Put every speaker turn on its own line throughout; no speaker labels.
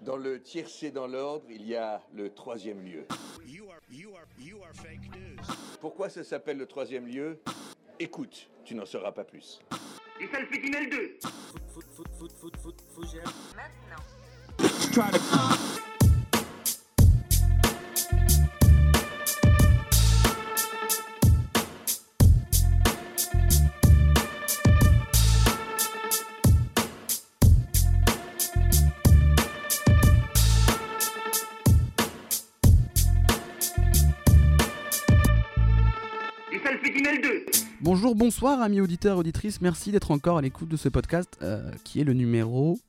Dans le tiercé dans l'ordre, il y a le troisième lieu. Pourquoi ça s'appelle le troisième lieu ? Écoute, tu n'en sauras pas plus.
Du salpétinel 2.
Maintenant.
Du salpétinel 2.
Bonjour, bonsoir amis auditeurs, auditrices, merci d'être encore à l'écoute de ce podcast qui est le numéro...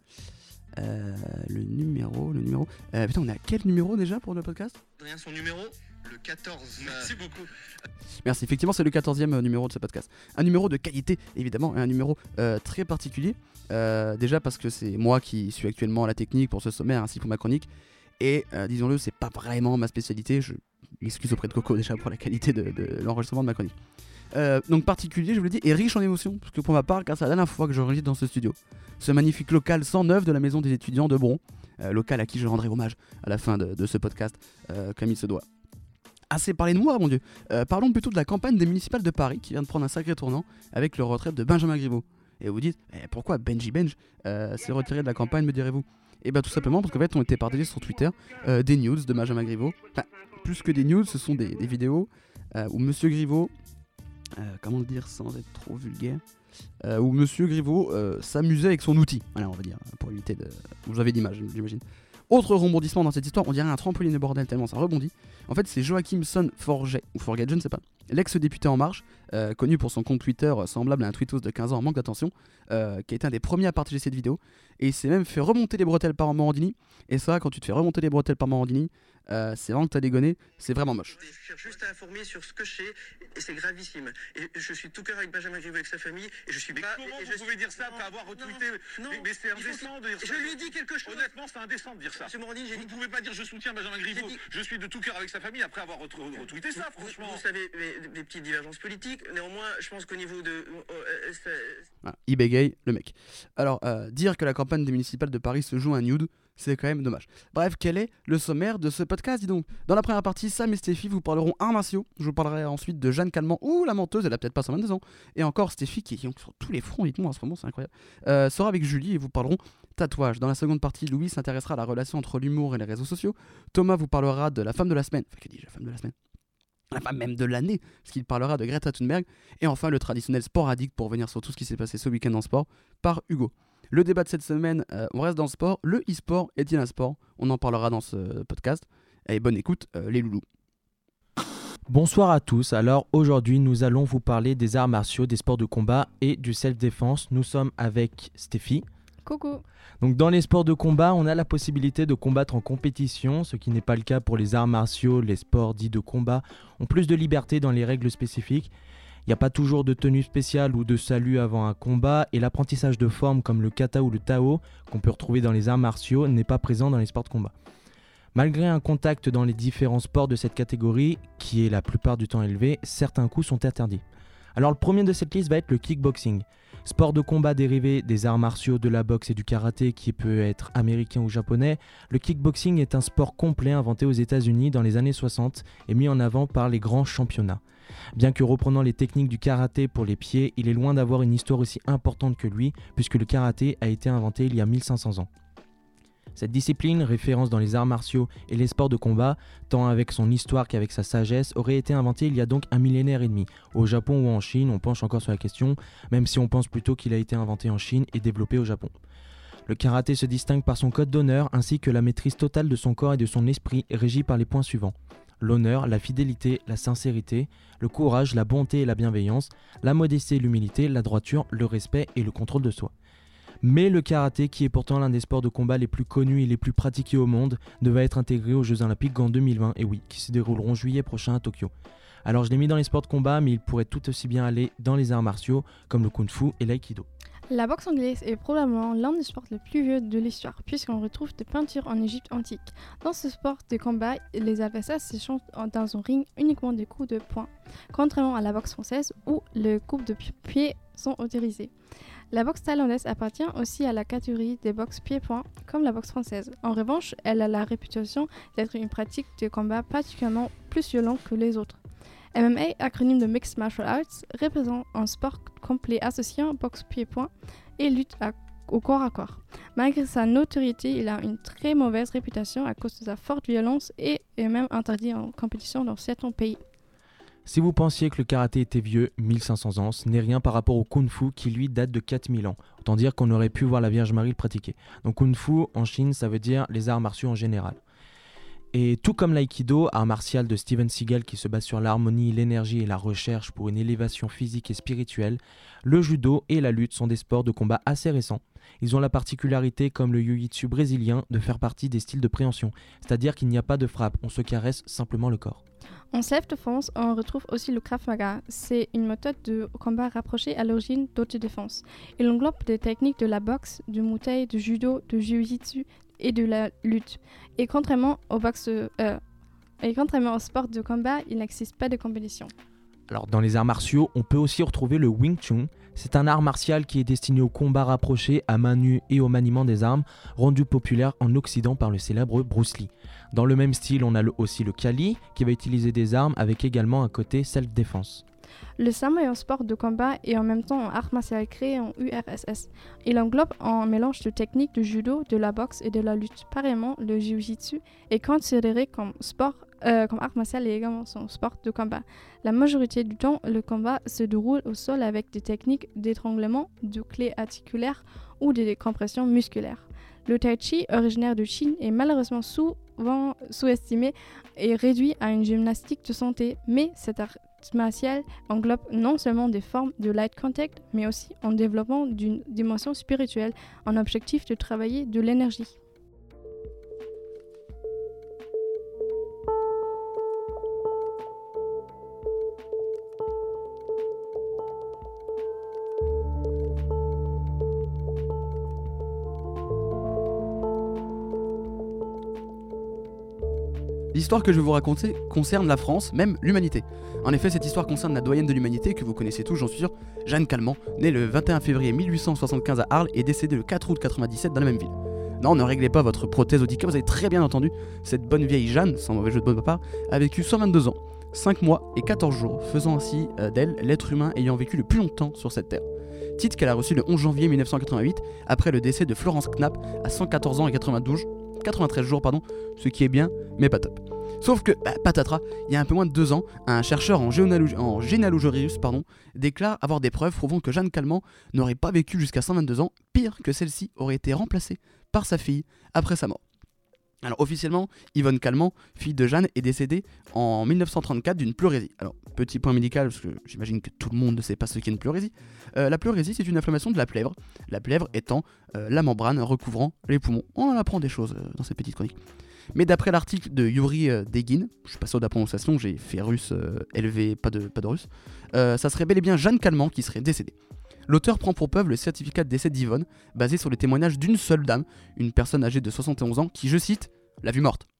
putain, on est à quel numéro déjà pour le podcast ?
Rien, son numéro, le 14. Merci beaucoup.
Merci, effectivement c'est le 14e numéro de ce podcast. Un numéro de qualité évidemment, et un numéro très particulier. Déjà parce que c'est moi qui suis actuellement à la technique pour ce sommaire ainsi que pour ma chronique. Et disons-le, c'est pas vraiment ma spécialité, je m'excuse auprès de Coco déjà pour la qualité de l'enregistrement de ma chronique. Donc particulier, je vous l'ai dit, et riche en émotions, parce que pour ma part, car c'est la dernière fois que j'enregistre dans ce studio. Ce magnifique local 109 de la maison des étudiants de Bron, local à qui je rendrai hommage à la fin de ce podcast, comme il se doit. Assez parlé de moi, mon Dieu. Parlons plutôt de la campagne des municipales de Paris, qui vient de prendre un sacré tournant avec le retrait de Benjamin Griveaux. Et vous vous dites, pourquoi Benji Benj s'est retiré de la campagne, me direz-vous ? Et bien tout simplement parce qu'en fait, on était partagés sur Twitter des news de Benjamin Griveaux. Enfin, plus que des news, ce sont des vidéos où Monsieur Griveaux... comment le dire sans être trop vulgaire, où Monsieur Griveaux s'amusait avec son outil, voilà on va dire, pour éviter de... Vous avez d'image, j'imagine. Autre rebondissement dans cette histoire, on dirait un trampoline de bordel tellement ça rebondit. En fait c'est Joachim Son Forget, ou Forget, je ne sais pas, l'ex-député En Marche, connu pour son compte Twitter semblable à un tweetos de 15 ans en manque d'attention, qui a été un des premiers à partager cette vidéo, et il s'est même fait remonter les bretelles par Morandini, et ça quand tu te fais remonter les bretelles par Morandini, c'est vraiment que t'as dégonné, c'est vraiment moche.
Je cherche juste à informer sur ce que je sais, et c'est gravissime. Et je suis de tout cœur avec Benjamin Griveaux, avec sa famille, et je suis...
Mais comment vous pouvez dire ça après avoir retweeté mais c'est indécent de dire ça.
Je lui ai dit quelque chose.
Honnêtement, c'est indécent de dire ça.
Monsieur Morandini,
Vous ne pouvez pas dire je soutiens Benjamin Griveaux, je suis de tout cœur avec sa famille après avoir retweeté ça, franchement.
Vous savez, des petites divergences politiques, néanmoins, je pense qu'au niveau de...
Voilà, il bégaye, le mec. Alors, dire que la campagne des municipales de Paris se joue à un nude, c'est quand même dommage. Bref, quel est le sommaire de ce podcast, dis donc ? Dans la première partie, Sam et Stéphie vous parleront arts martiaux. Je vous parlerai ensuite de Jeanne Calment, ou la menteuse, elle a peut-être pas 122 ans. Et encore Stéphie, qui est sur tous les fronts, dites-moi en ce moment, c'est incroyable. Sera avec Julie et vous parleront tatouage. Dans la seconde partie, Louis s'intéressera à la relation entre l'humour et les réseaux sociaux. Thomas vous parlera de la femme de la semaine. Enfin, que dis-je, la femme de la semaine ? La femme même de l'année, parce qu'il parlera de Greta Thunberg. Et enfin, le traditionnel sport addict pour revenir sur tout ce qui s'est passé ce week-end en sport, par Hugo. Le débat de cette semaine, on reste dans le sport. Le e-sport est-il un sport ? On en parlera dans ce podcast. Et bonne écoute, les loulous.
Bonsoir à tous. Alors aujourd'hui, nous allons vous parler des arts martiaux, des sports de combat et du self-défense. Nous sommes avec Stéphie.
Coucou.
Donc dans les sports de combat, on a la possibilité de combattre en compétition, ce qui n'est pas le cas pour les arts martiaux. Les sports dits de combat ont plus de liberté dans les règles spécifiques. Il n'y a pas toujours de tenue spéciale ou de salut avant un combat, et l'apprentissage de formes comme le kata ou le tao, qu'on peut retrouver dans les arts martiaux, n'est pas présent dans les sports de combat. Malgré un contact dans les différents sports de cette catégorie, qui est la plupart du temps élevé, certains coups sont interdits. Alors le premier de cette liste va être le kickboxing. Sport de combat dérivé des arts martiaux, de la boxe et du karaté qui peut être américain ou japonais, le kickboxing est un sport complet inventé aux États-Unis dans les années 60 et mis en avant par les grands championnats. Bien que reprenant les techniques du karaté pour les pieds, il est loin d'avoir une histoire aussi importante que lui, puisque le karaté a été inventé il y a 1500 ans. Cette discipline, référence dans les arts martiaux et les sports de combat, tant avec son histoire qu'avec sa sagesse, aurait été inventée il y a donc un millénaire et demi. Au Japon ou en Chine, on penche encore sur la question, même si on pense plutôt qu'il a été inventé en Chine et développé au Japon. Le karaté se distingue par son code d'honneur ainsi que la maîtrise totale de son corps et de son esprit, régie par les points suivants. L'honneur, la fidélité, la sincérité, le courage, la bonté et la bienveillance, la modestie et l'humilité, la droiture, le respect et le contrôle de soi. Mais le karaté, qui est pourtant l'un des sports de combat les plus connus et les plus pratiqués au monde, devait être intégré aux Jeux Olympiques en 2020, et oui, qui se dérouleront juillet prochain à Tokyo. Alors je l'ai mis dans les sports de combat, mais il pourrait tout aussi bien aller dans les arts martiaux, comme le kung-fu et l'aïkido.
La boxe anglaise est probablement l'un des sports les plus vieux de l'histoire, puisqu'on retrouve des peintures en Égypte antique. Dans ce sport de combat, les adversaires s'échangent dans un ring uniquement des coups de poing, contrairement à la boxe française où les coups de pied sont autorisés. La boxe thaïlandaise appartient aussi à la catégorie des boxes pieds-poings, comme la boxe française. En revanche, elle a la réputation d'être une pratique de combat particulièrement plus violente que les autres. MMA, acronyme de Mixed Martial Arts, représente un sport complet associant boxe pieds-poings et lutte au corps à corps. Malgré sa notoriété, il a une très mauvaise réputation à cause de sa forte violence et est même interdit en compétition dans certains pays.
Si vous pensiez que le karaté était vieux, 1500 ans, ce n'est rien par rapport au kung-fu qui lui date de 4000 ans. Autant dire qu'on aurait pu voir la Vierge Marie le pratiquer. Donc kung-fu en Chine, ça veut dire les arts martiaux en général. Et tout comme l'aïkido, art martial de Steven Seagal qui se base sur l'harmonie, l'énergie et la recherche pour une élévation physique et spirituelle, le judo et la lutte sont des sports de combat assez récents. Ils ont la particularité, comme le jiu-jitsu brésilien, de faire partie des styles de préhension, c'est-à-dire qu'il n'y a pas de frappe, on se caresse simplement le corps.
En self-défense, on retrouve aussi le Krav Maga. C'est une méthode de combat rapprochée à l'origine d'autodéfense. Il englobe des techniques de la boxe, du muay thai, du judo, du jiu-jitsu et de la lutte. Et contrairement au sport de combat, il n'existe pas de compétition.
Alors dans les arts martiaux, on peut aussi retrouver le Wing Chun. C'est un art martial qui est destiné au combat rapproché, à main nue et au maniement des armes, rendu populaire en Occident par le célèbre Bruce Lee. Dans le même style, on a aussi le Kali, qui va utiliser des armes avec également un côté self-défense.
Le Sambo est un sport de combat et en même temps un art martial créé en URSS. Il englobe un mélange de techniques de judo, de la boxe et de la lutte. Pareillement, le jiu-jitsu est considéré comme art martial et également son sport de combat. La majorité du temps, le combat se déroule au sol avec des techniques d'étranglement, de clés articulaires ou de décompression musculaire. Le tai chi, originaire de Chine, est malheureusement souvent sous-estimé et réduit à une gymnastique de santé, mais cet art martial englobe non seulement des formes de light contact, mais aussi en développant d'une dimension spirituelle, en objectif de travailler de l'énergie.
L'histoire que je vais vous raconter concerne la France, même l'humanité. En effet, cette histoire concerne la doyenne de l'humanité que vous connaissez tous, j'en suis sûr, Jeanne Calment, née le 21 février 1875 à Arles et décédée le 4 août 97 dans la même ville. Non, ne réglez pas votre prothèse auditive, vous avez très bien entendu, cette bonne vieille Jeanne, sans mauvais jeu de ma part, a vécu 122 ans, 5 mois et 14 jours, faisant ainsi d'elle l'être humain ayant vécu le plus longtemps sur cette terre. Titre qu'elle a reçu le 11 janvier 1988, après le décès de Florence Knapp à 114 ans et 93 jours, ce qui est bien, mais pas top. Sauf que, patatras, il y a un peu moins de 2 ans, un chercheur en généalogie russe déclare avoir des preuves prouvant que Jeanne Calment n'aurait pas vécu jusqu'à 122 ans, pire que celle-ci aurait été remplacée par sa fille après sa mort. Alors officiellement, Yvonne Calment, fille de Jeanne, est décédée en 1934 d'une pleurésie. Alors petit point médical, parce que j'imagine que tout le monde ne sait pas ce qu'est une pleurésie. La pleurésie, c'est une inflammation de la plèvre étant la membrane recouvrant les poumons. On en apprend des choses dans cette petite chronique. Mais d'après l'article de Yuri Degin, je suis pas sûr de la prononciation, j'ai fait russe élevé, pas de russe, ça serait bel et bien Jeanne Calment qui serait décédée. L'auteur prend pour preuve le certificat de décès d'Yvonne, basé sur les témoignages d'une seule dame, une personne âgée de 71 ans, qui, je cite, l'a vue morte.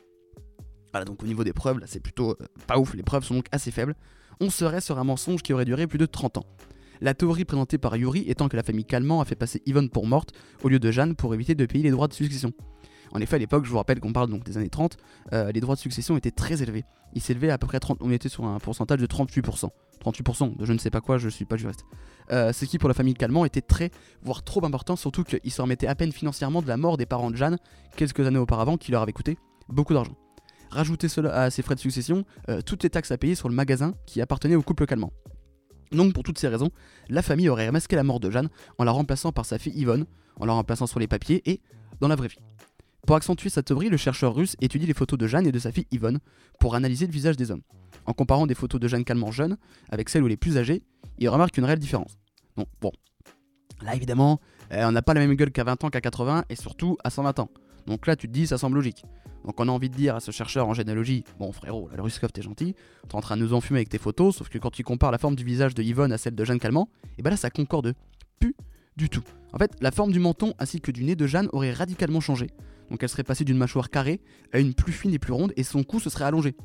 Voilà, donc au niveau des preuves, là c'est plutôt pas ouf, les preuves sont donc assez faibles. On serait sur un mensonge qui aurait duré plus de 30 ans. La théorie présentée par Yuri étant que la famille Calment a fait passer Yvonne pour morte au lieu de Jeanne pour éviter de payer les droits de succession. En effet, à l'époque, je vous rappelle qu'on parle donc des années 30, les droits de succession étaient très élevés. Ils s'élevaient à peu près 30, on était sur un pourcentage de 38%. 38% de je ne sais pas quoi, je suis pas juriste. Ce qui pour la famille Calment était très, voire trop important, surtout qu'ils se remettaient à peine financièrement de la mort des parents de Jeanne, quelques années auparavant, qui leur avait coûté beaucoup d'argent. Rajoutez cela à ces frais de succession, toutes les taxes à payer sur le magasin qui appartenait au couple Calment. Donc pour toutes ces raisons, la famille aurait masqué la mort de Jeanne en la remplaçant par sa fille Yvonne, en la remplaçant sur les papiers et dans la vraie vie. Pour accentuer cette théorie, le chercheur russe étudie les photos de Jeanne et de sa fille Yvonne pour analyser le visage des hommes. En comparant des photos de Jeanne Calment jeune avec celles où les plus âgés, il remarque une réelle différence. Donc bon, là évidemment, on n'a pas la même gueule qu'à 20 ans qu'à 80 et surtout à 120 ans. Donc là tu te dis ça semble logique. Donc on a envie de dire à ce chercheur en généalogie, bon frérot, là, le Ruskov t'es gentil, t'es en train de nous enfumer avec tes photos, sauf que quand tu compares la forme du visage de Yvonne à celle de Jeanne Calment, et ben là ça concorde plus du tout. En fait, la forme du menton ainsi que du nez de Jeanne aurait radicalement changé. Donc elle serait passée d'une mâchoire carrée à une plus fine et plus ronde et son cou se serait allongé.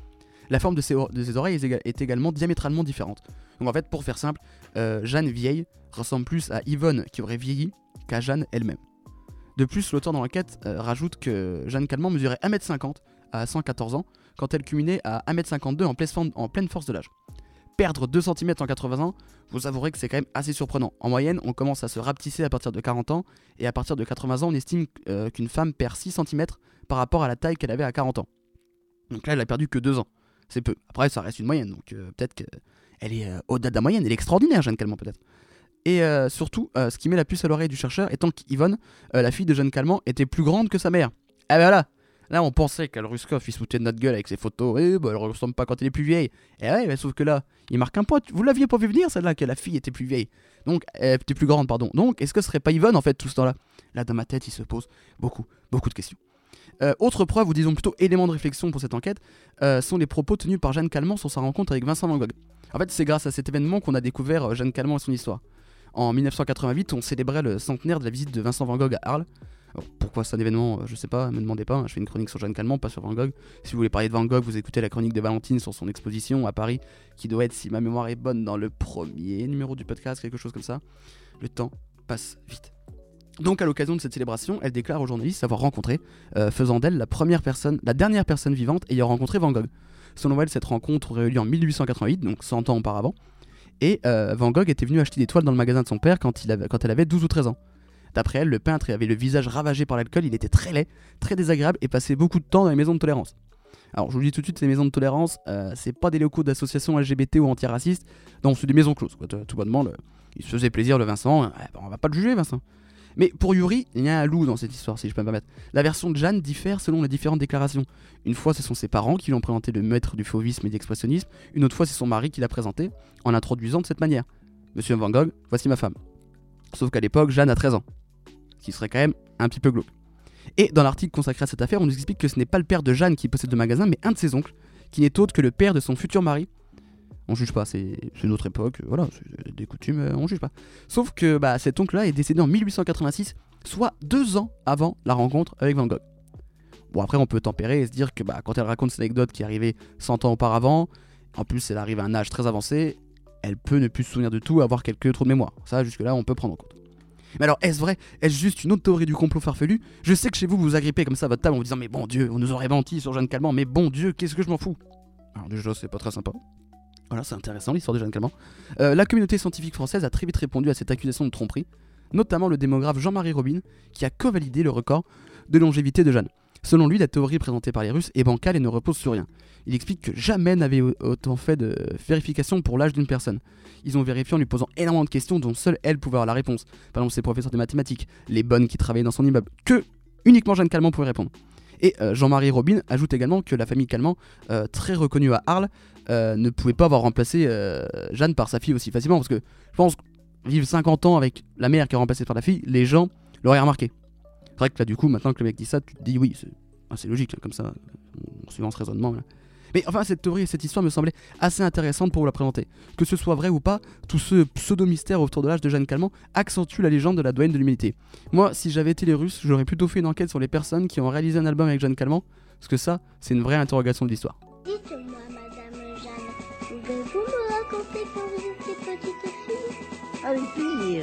La forme de ses oreilles est également diamétralement différente. Donc en fait, pour faire simple, Jeanne vieille ressemble plus à Yvonne qui aurait vieilli qu'à Jeanne elle-même. De plus, l'auteur dans l'enquête rajoute que Jeanne Calment mesurait 1m50 à 114 ans, quand elle culminait à 1m52 en pleine force de l'âge. Perdre 2 cm en 80 ans, vous avouerez que c'est quand même assez surprenant. En moyenne, on commence à se rapetisser à partir de 40 ans, et à partir de 80 ans, on estime qu'une femme perd 6 cm par rapport à la taille qu'elle avait à 40 ans. Donc là, elle a perdu que 2 ans. C'est peu. Après, ça reste une moyenne, donc peut-être qu'elle est au-delà de la moyenne, elle est extraordinaire, Jeanne Calment peut-être. Et surtout, ce qui met la puce à l'oreille du chercheur étant qu'Yvonne, la fille de Jeanne Calment, était plus grande que sa mère. Ah ben voilà. Là, on pensait qu'Al Ruskov, il se foutait de notre gueule avec ses photos. Elle ressemble pas quand elle est plus vieille. Et ouais, sauf que là, il marque un point. Vous l'aviez pas vu venir, celle-là, que la fille était plus vieille. Donc, elle était plus grande, pardon. Donc, est-ce que ce serait pas Yvonne, en fait, tout ce temps-là? Là, dans ma tête, il se pose beaucoup de questions. Autre preuve, ou disons plutôt élément de réflexion pour cette enquête, sont les propos tenus par Jeanne Calment sur sa rencontre avec Vincent Van Gogh. En fait, c'est grâce à cet événement qu'on a découvert Jeanne Calment et son histoire. En 1988, on célébrait le centenaire de la visite de Vincent Van Gogh à Arles. Alors, pourquoi c'est un événement, je sais pas, me demandez pas, je fais une chronique sur Jeanne Calment, pas sur Van Gogh. Si vous voulez parler de Van Gogh, vous écoutez la chronique de Valentine sur son exposition à Paris, qui doit être, si ma mémoire est bonne, dans le premier numéro du podcast, quelque chose comme ça. Le temps passe vite. Donc à l'occasion de cette célébration, elle déclare aux journalistes avoir rencontré, faisant d'elle la dernière personne vivante ayant rencontré Van Gogh. Selon elle, cette rencontre aurait eu lieu en 1888, donc 100 ans auparavant, et Van Gogh était venu acheter des toiles dans le magasin de son père quand elle avait 12 ou 13 ans. D'après elle, le peintre avait le visage ravagé par l'alcool, il était très laid, très désagréable et passait beaucoup de temps dans les maisons de tolérance. Alors je vous dis tout de suite, ces maisons de tolérance, c'est pas des locaux d'associations LGBT ou antiracistes, non, c'est des maisons closes, quoi. Tout bonnement, il se faisait plaisir le Vincent, on va pas le juger Vincent. Mais pour Yuri, il y a un loup dans cette histoire, si je peux me permettre. La version de Jeanne diffère selon les différentes déclarations. Une fois, ce sont ses parents qui lui ont présenté le maître du fauvisme et de l'expressionnisme, une autre fois, c'est son mari qui l'a présenté, en l'introduisant de cette manière. Monsieur Van Gogh, voici ma femme. Sauf qu'à l'époque, Jeanne a 13 ans. Ce qui serait quand même un petit peu glauque. Et dans l'article consacré à cette affaire, on nous explique que ce n'est pas le père de Jeanne qui possède le magasin, mais un de ses oncles, qui n'est autre que le père de son futur mari. On juge pas, c'est une autre époque, voilà, c'est des coutumes, on juge pas. Sauf que cet oncle-là est décédé en 1886, soit 2 ans avant la rencontre avec Van Gogh. Bon, après, on peut tempérer et se dire que quand elle raconte cette anecdote qui est arrivée 100 ans auparavant, en plus, elle arrive à un âge très avancé, elle peut ne plus se souvenir de tout, avoir quelques trous de mémoire. Ça, jusque-là, on peut prendre en compte. Mais alors, est-ce vrai? Est-ce juste une autre théorie du complot farfelu? Je sais que chez vous, vous agrippez comme ça à votre table en vous disant « Mais bon Dieu, on nous aurait menti sur Jeanne Calment, mais bon Dieu, qu'est-ce que je m'en fous ?» Alors déjà, c'est pas très sympa. Voilà, c'est intéressant l'histoire de Jeanne Calment. La communauté scientifique française a très vite répondu à cette accusation de tromperie, notamment le démographe Jean-Marie Robin, qui a co-validé le record de longévité de Jeanne. Selon lui, la théorie présentée par les Russes est bancale et ne repose sur rien. Il explique que jamais n'avait autant fait de vérification pour l'âge d'une personne. Ils ont vérifié en lui posant énormément de questions dont seule elle pouvait avoir la réponse. Par exemple, ses professeurs de mathématiques, les bonnes qui travaillaient dans son immeuble, que uniquement Jeanne Calment pouvait répondre. Et Jean-Marie Robin ajoute également que la famille Calment, très reconnue à Arles, ne pouvait pas avoir remplacé Jeanne par sa fille aussi facilement, parce que je pense que vivre 50 ans avec la mère qui est remplacée par la fille, les gens l'auraient remarqué. C'est vrai que là du coup, maintenant que le mec dit ça, tu te dis oui, c'est logique, comme ça, en suivant ce raisonnement. Là. Mais enfin, cette théorie et cette histoire me semblaient assez intéressantes pour vous la présenter. Que ce soit vrai ou pas, tout ce pseudo-mystère autour de l'âge de Jeanne Calment accentue la légende de la doyenne de l'humanité. Moi, si j'avais été les Russes, j'aurais plutôt fait une enquête sur les personnes qui ont réalisé un album avec Jeanne Calment, parce que ça, c'est une vraie interrogation de l'histoire.
Dites-moi, Madame Jeanne, pouvez-vous me raconter quand vous étiez petite fille?
Avec plaisir.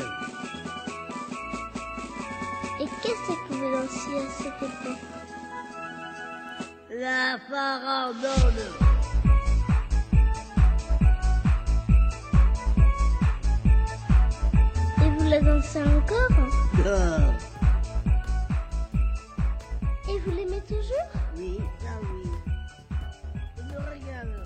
Et qu'est-ce que vous lanciez à cette époque?
La farandole.
Et vous la dansez encore?
Ah.
Et vous l'aimez toujours?
Oui, ça oui. Je me régale.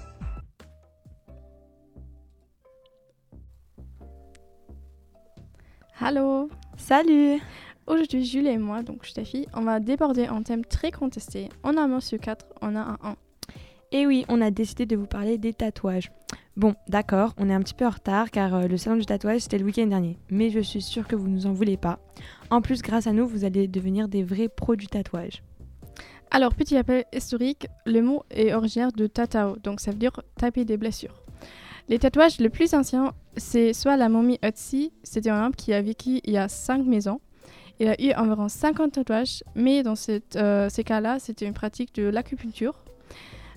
Allô.
Salut.
Aujourd'hui, Julie et moi, donc je suis ta fille, on va déborder un thème très contesté. On a un mot sur 4, on a un 1.
Et oui, on a décidé de vous parler des tatouages. Bon, d'accord, on est un petit peu en retard car le salon du tatouage c'était le week-end dernier. Mais je suis sûre que vous ne nous en voulez pas. En plus, grâce à nous, vous allez devenir des vrais pros du tatouage.
Alors, petit rappel historique, le mot est originaire de tatao, donc ça veut dire taper des blessures. Les tatouages les plus anciens, c'est soit la momie Ötzi, c'était un homme qui a vécu il y a 5000 ans. Il a eu environ 50 tatouages, mais dans ces cas-là, c'était une pratique de l'acupuncture.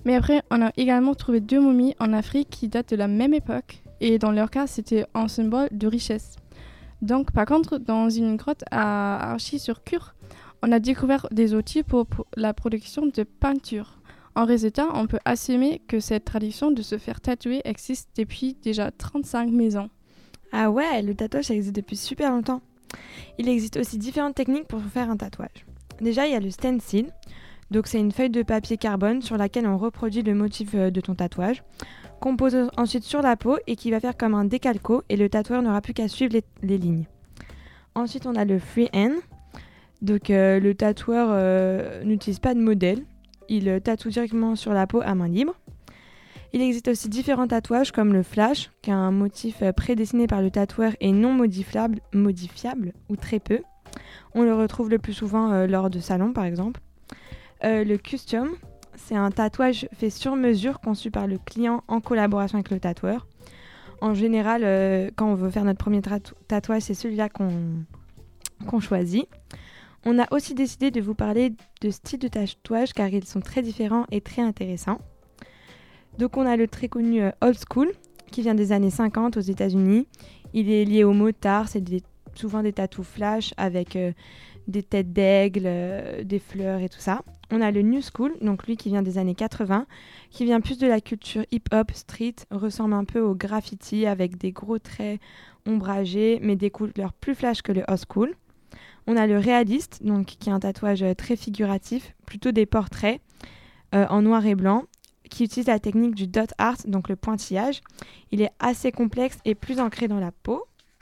Mais après, on a également trouvé 2 momies en Afrique qui datent de la même époque. Et dans leur cas, c'était un symbole de richesse. Donc, par contre, dans une grotte à Archi-sur-Cure, on a découvert des outils pour la production de peinture. En résultat, on peut assumer que cette tradition de se faire tatouer existe depuis déjà 35 000 ans.
Ah ouais, le tatouage, ça existe depuis super longtemps. Il existe aussi différentes techniques pour faire un tatouage. Déjà, il y a le stencil. Donc, c'est une feuille de papier carbone sur laquelle on reproduit le motif de ton tatouage, qu'on pose ensuite sur la peau et qui va faire comme un décalco et le tatoueur n'aura plus qu'à suivre les lignes. Ensuite, on a le freehand. Donc, le tatoueur n'utilise pas de modèle. Il tatoue directement sur la peau à main libre. Il existe aussi différents tatouages comme le flash, qui est un motif prédessiné par le tatoueur et non modifiable ou très peu. On le retrouve le plus souvent lors de salons par exemple. Le custom, c'est un tatouage fait sur mesure conçu par le client en collaboration avec le tatoueur. En général, quand on veut faire notre premier tatouage, c'est celui-là qu'on choisit. On a aussi décidé de vous parler de styles de tatouage car ils sont très différents et très intéressants. Donc on a le très connu Old School qui vient des années 50 aux États-Unis. Il est lié au motard, c'est souvent des tatous flash avec des têtes d'aigle, des fleurs et tout ça. On a le New School, donc lui qui vient des années 80, qui vient plus de la culture hip-hop, street, ressemble un peu au graffiti avec des gros traits ombragés mais des couleurs plus flash que le Old School. On a le réaliste, donc qui est un tatouage très figuratif, plutôt des portraits en noir et blanc, qui utilise la technique du dot art, donc le pointillage. Il est assez complexe et plus ancré dans la peau.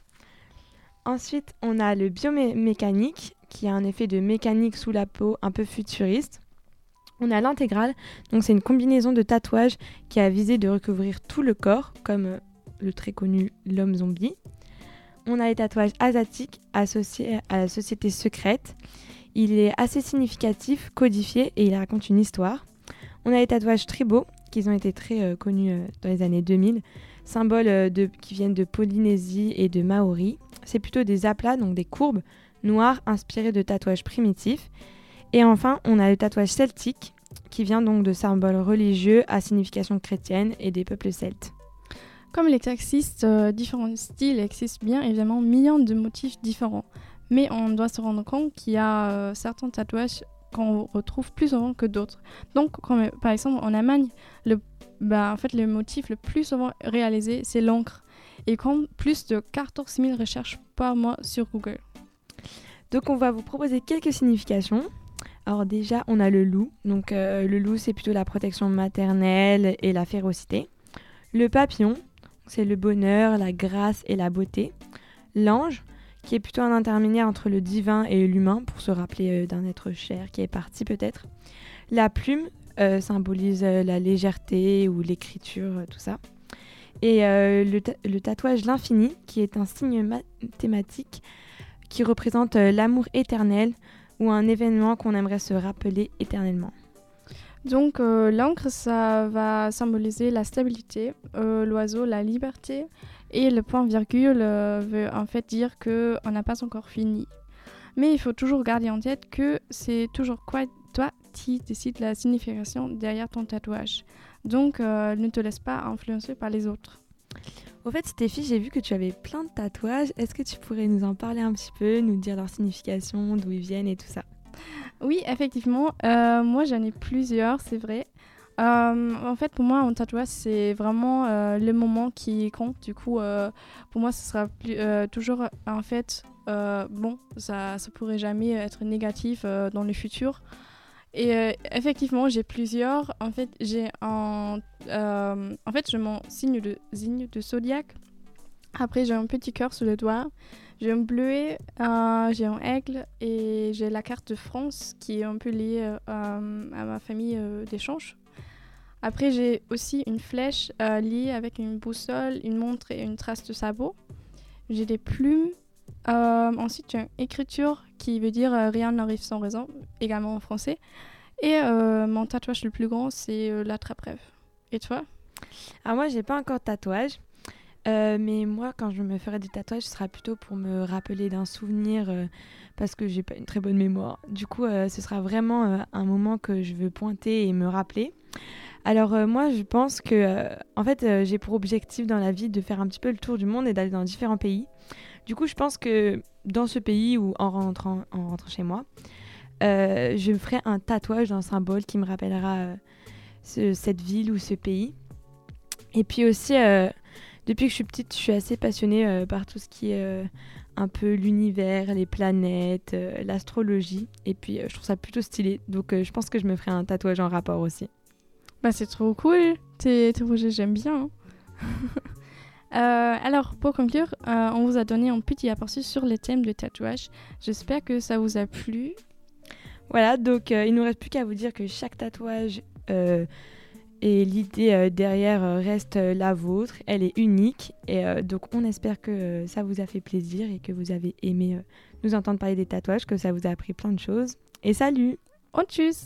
Ensuite, on a le biomécanique, qui a un effet de mécanique sous la peau un peu futuriste. On a l'intégral, donc c'est une combinaison de tatouages qui a visé de recouvrir tout le corps, comme le très connu l'homme zombie. On a les tatouages asiatiques associés à la société secrète. Il est assez significatif, codifié et il raconte une histoire. On a les tatouages tribaux, qui ont été très connus dans les années 2000, symboles qui viennent de Polynésie et de Maori. C'est plutôt des aplats, donc des courbes noires inspirées de tatouages primitifs. Et enfin, on a le tatouage celtique, qui vient donc de symboles religieux à signification chrétienne et des peuples celtes.
Comme il existe différents styles, il existe bien évidemment millions de motifs différents. Mais on doit se rendre compte qu'il y a certains tatouages qu'on retrouve plus souvent que d'autres. Donc, par exemple, en Allemagne, le motif le plus souvent réalisé, c'est l'encre. Et compte plus de 14 000 recherches par mois sur Google.
Donc, on va vous proposer quelques significations. Alors déjà, on a le loup. Donc, le loup, c'est plutôt la protection maternelle et la férocité. Le papillon, c'est le bonheur, la grâce et la beauté. L'ange, qui est plutôt un intermédiaire entre le divin et l'humain, pour se rappeler d'un être cher qui est parti peut-être. La plume symbolise la légèreté ou l'écriture, tout ça. Et le tatouage l'infini, qui est un signe mathématique qui représente l'amour éternel ou un événement qu'on aimerait se rappeler éternellement.
Donc l'encre, ça va symboliser la stabilité, l'oiseau, la liberté, et le point-virgule veut en fait dire qu'on n'a pas encore fini. Mais il faut toujours garder en tête que c'est toujours toi qui décides la signification derrière ton tatouage. Donc ne te laisse pas influencer par les autres.
Au fait, Stéphie, j'ai vu que tu avais plein de tatouages. Est-ce que tu pourrais nous en parler un petit peu, nous dire leur signification, d'où ils viennent et tout ça ?
Oui, effectivement. Moi, j'en ai plusieurs, c'est vrai. En fait, pour moi, un tatouage, c'est vraiment le moment qui compte. Du coup, pour moi, ce sera toujours, en fait, ça pourrait jamais être négatif dans le futur. Et effectivement, j'ai plusieurs. En fait, j'ai mon signe de zodiaque. Après, j'ai un petit cœur sur le doigt. J'ai un bleuet, j'ai un aigle et j'ai la carte de France qui est un peu liée à ma famille d'échange. Après, j'ai aussi une flèche liée avec une boussole, une montre et une trace de sabot. J'ai des plumes. Ensuite, j'ai une écriture qui veut dire rien n'arrive sans raison, également en français. Et mon tatouage le plus grand, c'est l'attrape-rêve. Et toi ?
Alors moi, j'ai pas encore de tatouage. Mais moi, quand je me ferai des tatouages, ce sera plutôt pour me rappeler d'un souvenir parce que j'ai pas une très bonne mémoire. Du coup, ce sera vraiment un moment que je veux pointer et me rappeler. Alors moi, je pense que en fait, j'ai pour objectif dans la vie de faire un petit peu le tour du monde et d'aller dans différents pays. Du coup, je pense que dans ce pays ou en rentrant chez moi, je me ferai un tatouage d'un symbole qui me rappellera cette ville ou ce pays. Et puis aussi, depuis que je suis petite, je suis assez passionnée par tout ce qui est un peu l'univers, les planètes, l'astrologie. Et puis, je trouve ça plutôt stylé. Donc, je pense que je me ferai un tatouage en rapport aussi.
Bah, c'est trop cool. Tes projets, j'aime bien. Alors, pour conclure, on vous a donné un petit aperçu sur les thèmes de tatouage. J'espère que ça vous a plu.
Voilà, donc il ne nous reste plus qu'à vous dire que chaque tatouage et l'idée derrière reste la vôtre. Elle est unique. Et donc, on espère que ça vous a fait plaisir et que vous avez aimé nous entendre parler des tatouages, que ça vous a appris plein de choses. Et salut!
Und tschüss!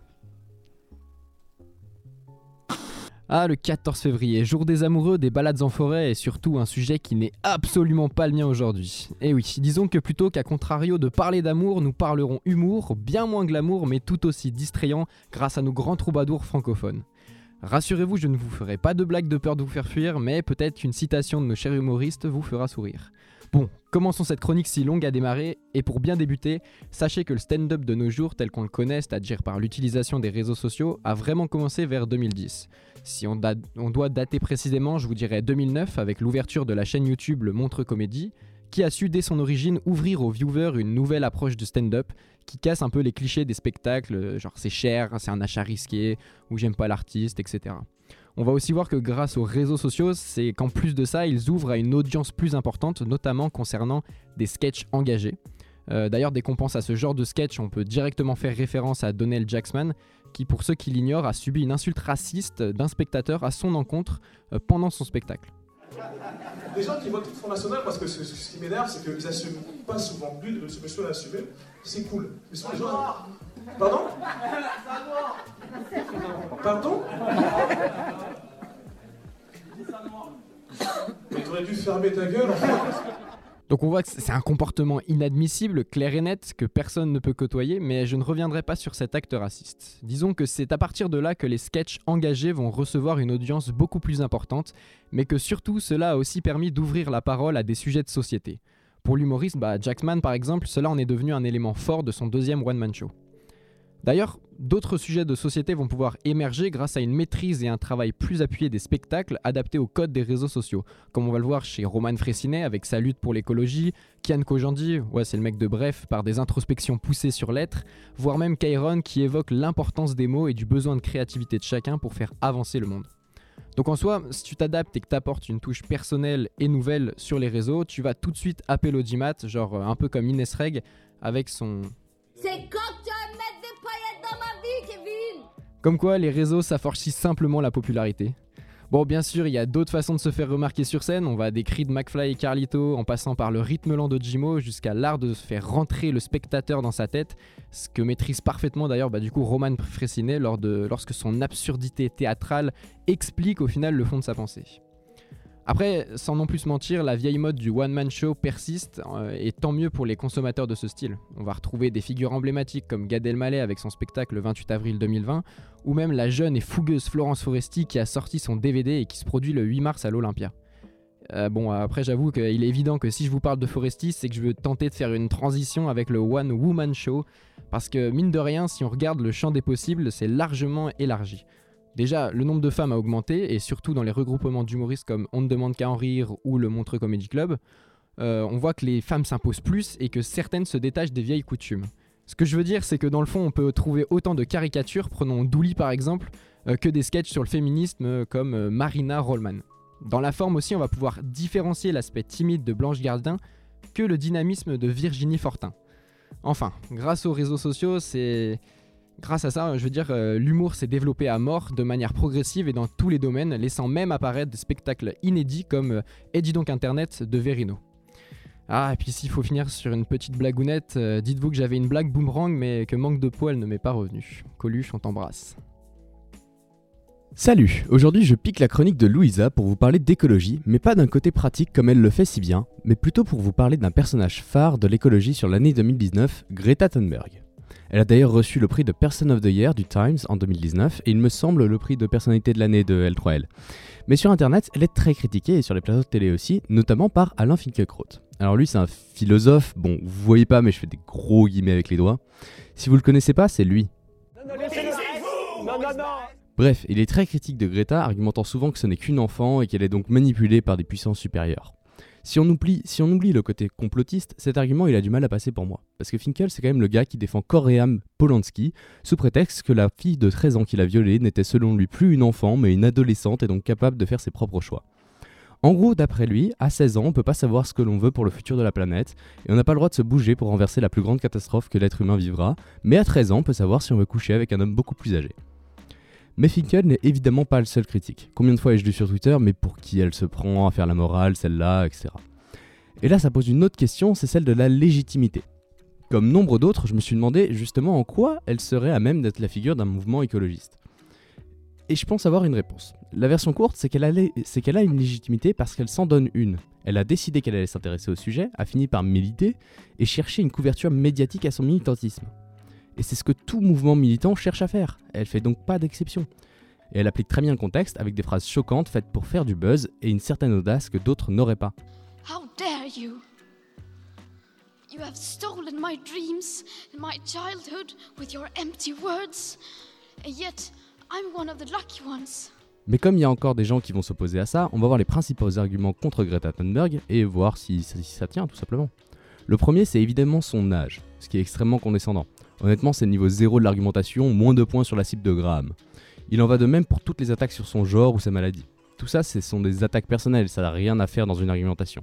Ah, le 14 février, jour des amoureux, des balades en forêt et surtout un sujet qui n'est absolument pas le mien aujourd'hui. Et oui, disons que plutôt qu'à contrario de parler d'amour, nous parlerons humour, bien moins glamour mais tout aussi distrayant grâce à nos grands troubadours francophones. Rassurez-vous, je ne vous ferai pas de blagues de peur de vous faire fuir, mais peut-être qu'une citation de nos chers humoristes vous fera sourire. Bon, commençons cette chronique si longue à démarrer, et pour bien débuter, sachez que le stand-up de nos jours tel qu'on le connaît, c'est-à-dire par l'utilisation des réseaux sociaux, a vraiment commencé vers 2010. Si on doit dater précisément, je vous dirais 2009 avec l'ouverture de la chaîne YouTube Le Montre Comédie, qui a su dès son origine ouvrir aux viewers une nouvelle approche de stand-up qui casse un peu les clichés des spectacles, genre c'est cher, c'est un achat risqué, ou j'aime pas l'artiste, etc. On va aussi voir que grâce aux réseaux sociaux, c'est qu'en plus de ça, ils ouvrent à une audience plus importante, notamment concernant des sketchs engagés. D'ailleurs, dès qu'on pense à ce genre de sketch, on peut directement faire référence à Donnell Jackman, qui, pour ceux qui l'ignorent, a subi une insulte raciste d'un spectateur à son encontre pendant son spectacle.
Les gens qui votent Front National, parce que ce qui m'énerve, c'est qu'ils n'assument pas souvent. Lui, de ce monsieur l'assumer, c'est cool. Mais sont les gens... Pardon? Pardon? Mais t'aurais dû fermer ta gueule, en fait.
Donc on voit que c'est un comportement inadmissible, clair et net, que personne ne peut côtoyer, mais je ne reviendrai pas sur cet acte raciste. Disons que c'est à partir de là que les sketchs engagés vont recevoir une audience beaucoup plus importante, mais que surtout cela a aussi permis d'ouvrir la parole à des sujets de société. Pour l'humoriste, Jackman par exemple, cela en est devenu un élément fort de son deuxième one-man show. D'ailleurs, d'autres sujets de société vont pouvoir émerger grâce à une maîtrise et un travail plus appuyé des spectacles adaptés au code des réseaux sociaux, comme on va le voir chez Roman Frécinet avec sa lutte pour l'écologie, Kian Kojandi, c'est le mec de Bref, par des introspections poussées sur l'être, voire même Kairon qui évoque l'importance des mots et du besoin de créativité de chacun pour faire avancer le monde. Donc en soi, si tu t'adaptes et que tu apportes une touche personnelle et nouvelle sur les réseaux, tu vas tout de suite appeler l'audimat, genre un peu comme Inès Reg avec son...
C'est quand tu vas mettre des paillettes dans ma vie, Kevin!
Comme quoi, les réseaux, ça forge simplement la popularité. Bon, bien sûr, il y a d'autres façons de se faire remarquer sur scène. On va des cris de McFly et Carlito, en passant par le rythme lent de Jimo, jusqu'à l'art de faire rentrer le spectateur dans sa tête, ce que maîtrise parfaitement d'ailleurs Roman Frécinet lorsque son absurdité théâtrale explique au final le fond de sa pensée. Après, sans non plus se mentir, la vieille mode du one-man show persiste, et tant mieux pour les consommateurs de ce style. On va retrouver des figures emblématiques comme Gad Elmaleh avec son spectacle le 28 avril 2020, ou même la jeune et fougueuse Florence Foresti qui a sorti son DVD et qui se produit le 8 mars à l'Olympia. Après j'avoue qu'il est évident que si je vous parle de Foresti, c'est que je veux tenter de faire une transition avec le one-woman show, parce que mine de rien, si on regarde le champ des possibles, c'est largement élargi. Déjà, le nombre de femmes a augmenté, et surtout dans les regroupements d'humoristes comme On ne demande qu'à en rire ou le Montreux Comedy Club, on voit que les femmes s'imposent plus et que certaines se détachent des vieilles coutumes. Ce que je veux dire, c'est que dans le fond, on peut trouver autant de caricatures, prenons Douli par exemple, que des sketchs sur le féminisme comme Marina Rollman. Dans la forme aussi, on va pouvoir différencier l'aspect timide de Blanche Gardin que le dynamisme de Virginie Fortin. Enfin, grâce aux réseaux sociaux, grâce à ça, l'humour s'est développé à mort de manière progressive et dans tous les domaines, laissant même apparaître des spectacles inédits comme Et dis donc Internet de Verino. Ah, et puis s'il faut finir sur une petite blagounette, dites-vous que j'avais une blague boomerang mais que manque de poil ne m'est pas revenu. Coluche, on t'embrasse.
Salut, aujourd'hui je pique la chronique de Louisa pour vous parler d'écologie, mais pas d'un côté pratique comme elle le fait si bien, mais plutôt pour vous parler d'un personnage phare de l'écologie sur l'année 2019, Greta Thunberg. Elle a d'ailleurs reçu le prix de Person of the Year du Times en 2019 et il me semble le prix de personnalité de l'année de L3L. Mais sur internet, elle est très critiquée et sur les plateaux de télé aussi, notamment par Alain Finkielkraut. Alors lui, c'est un philosophe, bon, vous voyez pas, mais je fais des gros guillemets avec les doigts. Si vous le connaissez pas, c'est lui. Bref, il est très critique de Greta, argumentant souvent que ce n'est qu'une enfant et qu'elle est donc manipulée par des puissances supérieures. Si on oublie le côté complotiste, cet argument il a du mal à passer pour moi. Parce que Finkel, c'est quand même le gars qui défend corps et âme Polanski, sous prétexte que la fille de 13 ans qu'il a violée n'était selon lui plus une enfant, mais une adolescente et donc capable de faire ses propres choix. En gros, d'après lui, à 16 ans, on peut pas savoir ce que l'on veut pour le futur de la planète, et on n'a pas le droit de se bouger pour renverser la plus grande catastrophe que l'être humain vivra, mais à 13 ans, on peut savoir si on veut coucher avec un homme beaucoup plus âgé. Mais Finkel n'est évidemment pas le seul critique. Combien de fois ai-je lu sur Twitter, mais pour qui elle se prend à faire la morale, celle-là, etc. Et là, ça pose une autre question, c'est celle de la légitimité. Comme nombre d'autres, je me suis demandé justement en quoi elle serait à même d'être la figure d'un mouvement écologiste. Et je pense avoir une réponse. La version courte, c'est qu'elle a une légitimité parce qu'elle s'en donne une. Elle a décidé qu'elle allait s'intéresser au sujet, a fini par militer et chercher une couverture médiatique à son militantisme. Et c'est ce que tout mouvement militant cherche à faire. Elle fait donc pas d'exception. Et elle applique très bien le contexte avec des phrases choquantes faites pour faire du buzz et une certaine audace que d'autres n'auraient pas.
How dare you? You have stolen my dreams and my childhood with your empty words. And yet, I'm one of the lucky ones.
Mais comme il y a encore des gens qui vont s'opposer à ça, on va voir les principaux arguments contre Greta Thunberg et voir si ça tient tout simplement. Le premier, c'est évidemment son âge, ce qui est extrêmement condescendant. Honnêtement, c'est le niveau 0 de l'argumentation, moins 2 points sur la cible de Graham. Il en va de même pour toutes les attaques sur son genre ou sa maladie. Tout ça, ce sont des attaques personnelles, ça n'a rien à faire dans une argumentation.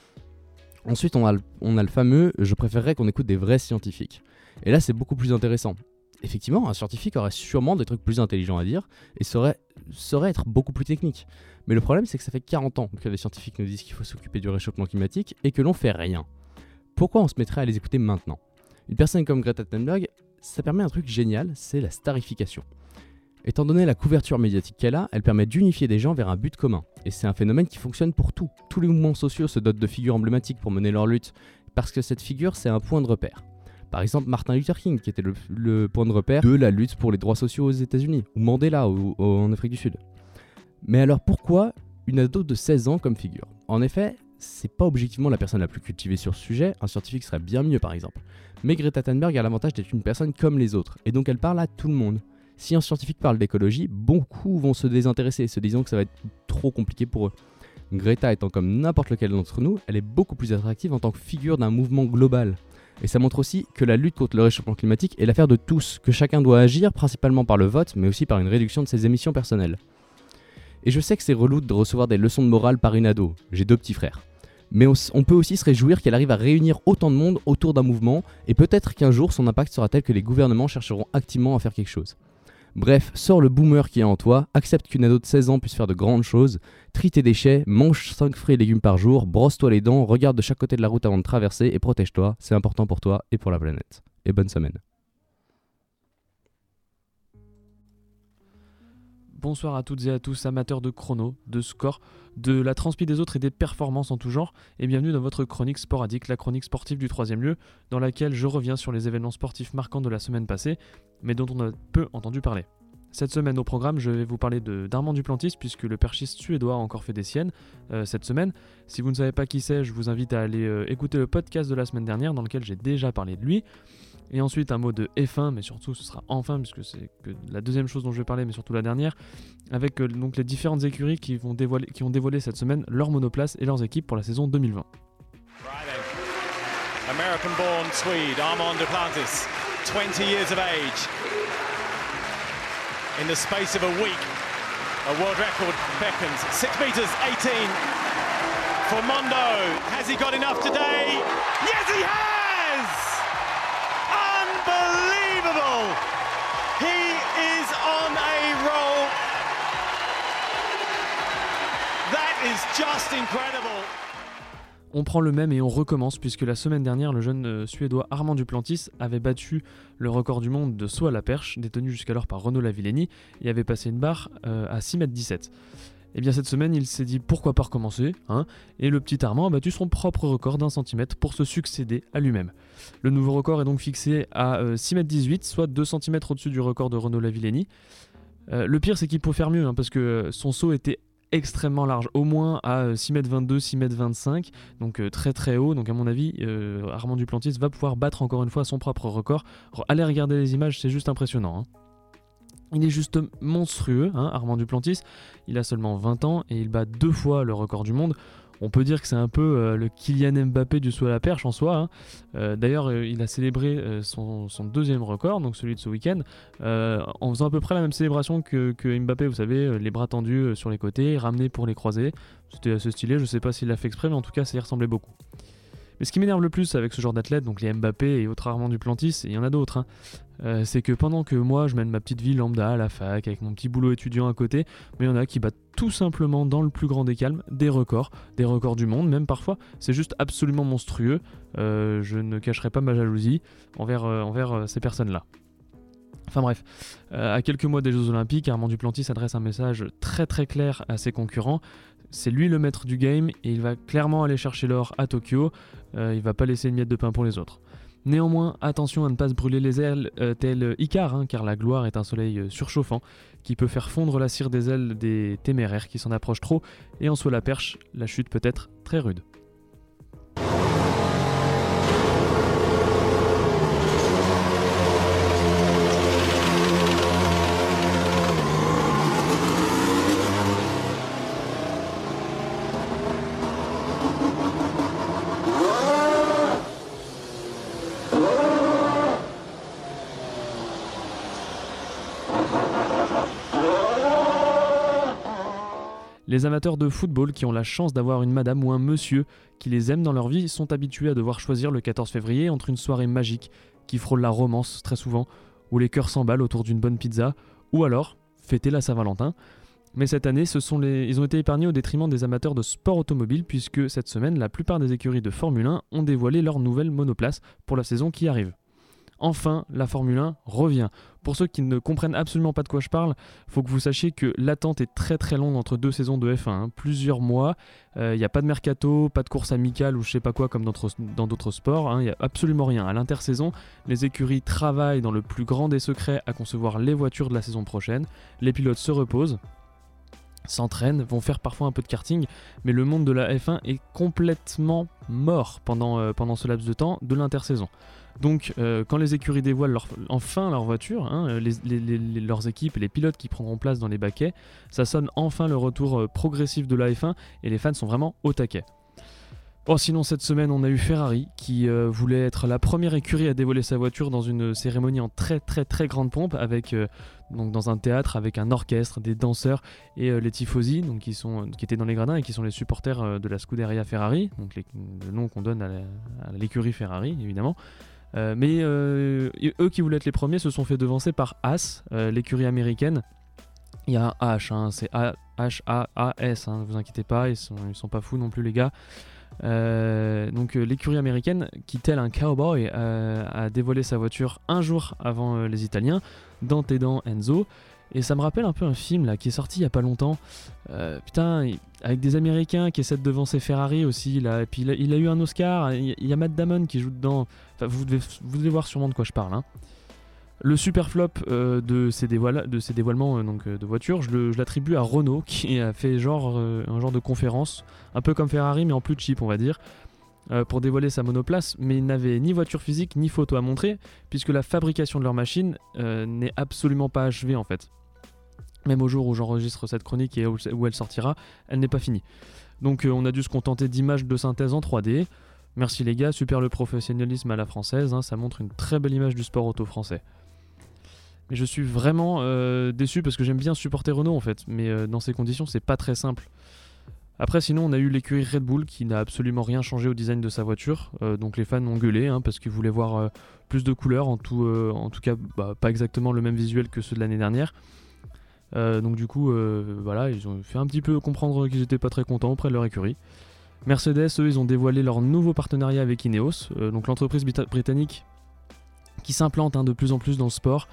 Ensuite, on a le fameux « je préférerais qu'on écoute des vrais scientifiques ». Et là, c'est beaucoup plus intéressant. Effectivement, un scientifique aurait sûrement des trucs plus intelligents à dire et saurait être beaucoup plus technique. Mais le problème, c'est que ça fait 40 ans que les scientifiques nous disent qu'il faut s'occuper du réchauffement climatique et que l'on fait rien. Pourquoi on se mettrait à les écouter maintenant ? Une personne comme Greta Thunberg, ça permet un truc génial, c'est la starification. Étant donné la couverture médiatique qu'elle a, elle permet d'unifier des gens vers un but commun. Et c'est un phénomène qui fonctionne pour tout. Tous les mouvements sociaux se dotent de figures emblématiques pour mener leur lutte, parce que cette figure, c'est un point de repère. Par exemple, Martin Luther King, qui était le point de repère de la lutte pour les droits sociaux aux États-Unis, ou Mandela en Afrique du Sud. Mais alors pourquoi une ado de 16 ans comme figure ? En effet, c'est pas objectivement la personne la plus cultivée sur ce sujet, un scientifique serait bien mieux par exemple. Mais Greta Thunberg a l'avantage d'être une personne comme les autres, et donc elle parle à tout le monde. Si un scientifique parle d'écologie, beaucoup vont se désintéresser, se disant que ça va être trop compliqué pour eux. Greta étant comme n'importe lequel d'entre nous, elle est beaucoup plus attractive en tant que figure d'un mouvement global. Et ça montre aussi que la lutte contre le réchauffement climatique est l'affaire de tous, que chacun doit agir principalement par le vote, mais aussi par une réduction de ses émissions personnelles. Et je sais que c'est relou de recevoir des leçons de morale par une ado, j'ai 2 petits frères. Mais on peut aussi se réjouir qu'elle arrive à réunir autant de monde autour d'un mouvement, et peut-être qu'un jour son impact sera tel que les gouvernements chercheront activement à faire quelque chose. Bref, sors le boomer qui est en toi, accepte qu'une ado de 16 ans puisse faire de grandes choses, trie tes déchets, mange 5 fruits et légumes par jour, brosse-toi les dents, regarde de chaque côté de la route avant de traverser et protège-toi, c'est important pour toi et pour la planète. Et bonne semaine.
Bonsoir à toutes et à tous, amateurs de chrono, de score, de la transpi des autres et des performances en tout genre, et bienvenue dans votre chronique Sport Addict, la chronique sportive du 3ème lieu, dans laquelle je reviens sur les événements sportifs marquants de la semaine passée, mais dont on a peu entendu parler. Cette semaine au programme, je vais vous parler d'Armand Duplantis, puisque le perchiste suédois a encore fait des siennes cette semaine. Si vous ne savez pas qui c'est, je vous invite à aller écouter le podcast de la semaine dernière, dans lequel j'ai déjà parlé de lui. Et ensuite un mot de F1, mais surtout ce sera enfin, puisque c'est que la deuxième chose dont je vais parler, mais surtout la dernière, avec donc les différentes écuries qui ont dévoilé cette semaine leurs monoplaces et leurs équipes pour la saison 2020.
American-born Swede Armand Duplantis, 20 years of age. In the space of a week, a world record beckons. 6 meters 18 for Mondo. Has he got enough today? Yes, he has! Unbelievable! He is on a roll. That is just incredible.
On prend le même et on recommence, puisque la semaine dernière, le jeune suédois Armand Duplantis avait battu le record du monde de saut à la perche, détenu jusqu'alors par Renaud Lavillenie, et avait passé une barre à 6,17 m. Et bien cette semaine, il s'est dit pourquoi pas recommencer, hein, et le petit Armand a battu son propre record d'1 centimètre pour se succéder à lui-même. Le nouveau record est donc fixé à 6,18 m, soit 2 cm au-dessus du record de Renaud Lavillenie. Le pire, c'est qu'il peut faire mieux, hein, parce que son saut était extrêmement large, au moins à 6,22 m, 6,25 m, donc très très haut. Donc à mon avis, Armand Duplantis va pouvoir battre encore une fois son propre record. Allez regarder les images, c'est juste impressionnant, hein. Il est juste monstrueux, hein, Armand Duplantis. Il a seulement 20 ans et il bat 2 fois le record du monde. On peut dire que c'est un peu le Kylian Mbappé du saut à la perche en soi, hein. D'ailleurs, il a célébré son deuxième record, donc celui de ce week-end, en faisant à peu près la même célébration que Mbappé, vous savez, les bras tendus sur les côtés, ramenés pour les croisés. C'était assez stylé, je sais pas s'il l'a fait exprès, mais en tout cas, ça y ressemblait beaucoup. Mais ce qui m'énerve le plus avec ce genre d'athlètes, donc les Mbappé et autres Armand Duplantis, et il y en a d'autres, hein, c'est que pendant que moi je mène ma petite vie lambda à la fac avec mon petit boulot étudiant à côté, mais il y en a qui battent tout simplement dans le plus grand des calmes des records du monde même parfois. C'est juste absolument monstrueux. Je ne cacherai pas ma jalousie envers ces personnes-là. Enfin bref, à quelques mois des Jeux Olympiques, Armand Duplantis adresse un message très très clair à ses concurrents. C'est lui le maître du game et il va clairement aller chercher l'or à Tokyo. Il va pas laisser une miette de pain pour les autres. Néanmoins, attention à ne pas se brûler les ailes tel Icare, hein, car la gloire est un soleil surchauffant qui peut faire fondre la cire des ailes des téméraires qui s'en approchent trop, et en saut à la perche, la chute peut être très rude. Les amateurs de football qui ont la chance d'avoir une madame ou un monsieur qui les aime dans leur vie sont habitués à devoir choisir le 14 février entre une soirée magique qui frôle la romance très souvent, où les cœurs s'emballent autour d'une bonne pizza, ou alors fêter la Saint-Valentin. Mais cette année, ils ont été épargnés au détriment des amateurs de sport automobile, puisque cette semaine, la plupart des écuries de Formule 1 ont dévoilé leur nouvelle monoplace pour la saison qui arrive. Enfin, la Formule 1 revient. Pour ceux qui ne comprennent absolument pas de quoi je parle, faut que vous sachiez que l'attente est très très longue entre 2 saisons de F1, hein, plusieurs mois. Il n'y a pas de mercato, pas de course amicale ou je sais pas quoi comme dans d'autres sports. Il n'y a absolument rien. À l'intersaison, les écuries travaillent dans le plus grand des secrets à concevoir les voitures de la saison prochaine. Les pilotes se reposent, s'entraînent, vont faire parfois un peu de karting, mais le monde de la F1 est complètement mort pendant ce laps de temps de l'intersaison. Donc quand les écuries dévoilent enfin leur voiture, hein, leurs équipes et les pilotes qui prendront place dans les baquets, ça sonne enfin le retour progressif de la F1 et les fans sont vraiment au taquet. Bon, sinon cette semaine on a eu Ferrari qui voulait être la première écurie à dévoiler sa voiture dans une cérémonie en très très très grande pompe avec donc dans un théâtre avec un orchestre, des danseurs et les tifosi donc qui étaient dans les gradins et qui sont les supporters de la Scuderia Ferrari, donc le nom qu'on donne à l'écurie Ferrari évidemment. Mais eux qui voulaient être les premiers se sont fait devancer par Haas, l'écurie américaine. Il y a un H, hein, c'est H-A-A-S, hein, ne vous inquiétez pas, ils sont pas fous non plus les gars. Donc l'écurie américaine qui, tel un cowboy, a dévoilé sa voiture un jour avant les Italiens, Dante Dan Enzo. Et ça me rappelle un peu un film là qui est sorti il y a pas longtemps. Avec des Américains qui essaient de devancer Ferrari aussi là. Et puis il a eu un Oscar. Il y a Matt Damon qui joue dedans. Enfin, vous devez voir sûrement de quoi je parle. Hein. Le super flop de ces dévoilements de voitures, je l'attribue à Renault qui a fait un genre de conférence, un peu comme Ferrari mais en plus cheap on va dire, pour dévoiler sa monoplace, mais ils n'avaient ni voiture physique ni photo à montrer, puisque la fabrication de leur machine n'est absolument pas achevée en fait. Même au jour où j'enregistre cette chronique et où elle sortira, elle n'est pas finie. Donc on a dû se contenter d'images de synthèse en 3D. Merci les gars, super le professionnalisme à la française, hein, ça montre une très belle image du sport auto français. Mais je suis vraiment déçu parce que j'aime bien supporter Renault en fait, mais dans ces conditions c'est pas très simple. Après sinon on a eu l'écurie Red Bull qui n'a absolument rien changé au design de sa voiture, donc les fans ont gueulé hein, parce qu'ils voulaient voir plus de couleurs, en tout cas pas exactement le même visuel que ceux de l'année dernière. Donc du coup voilà, ils ont fait un petit peu comprendre qu'ils étaient pas très contents auprès de leur écurie. Mercedes, eux, ils ont dévoilé leur nouveau partenariat avec Ineos, donc l'entreprise britannique qui s'implante de plus en plus dans le sport.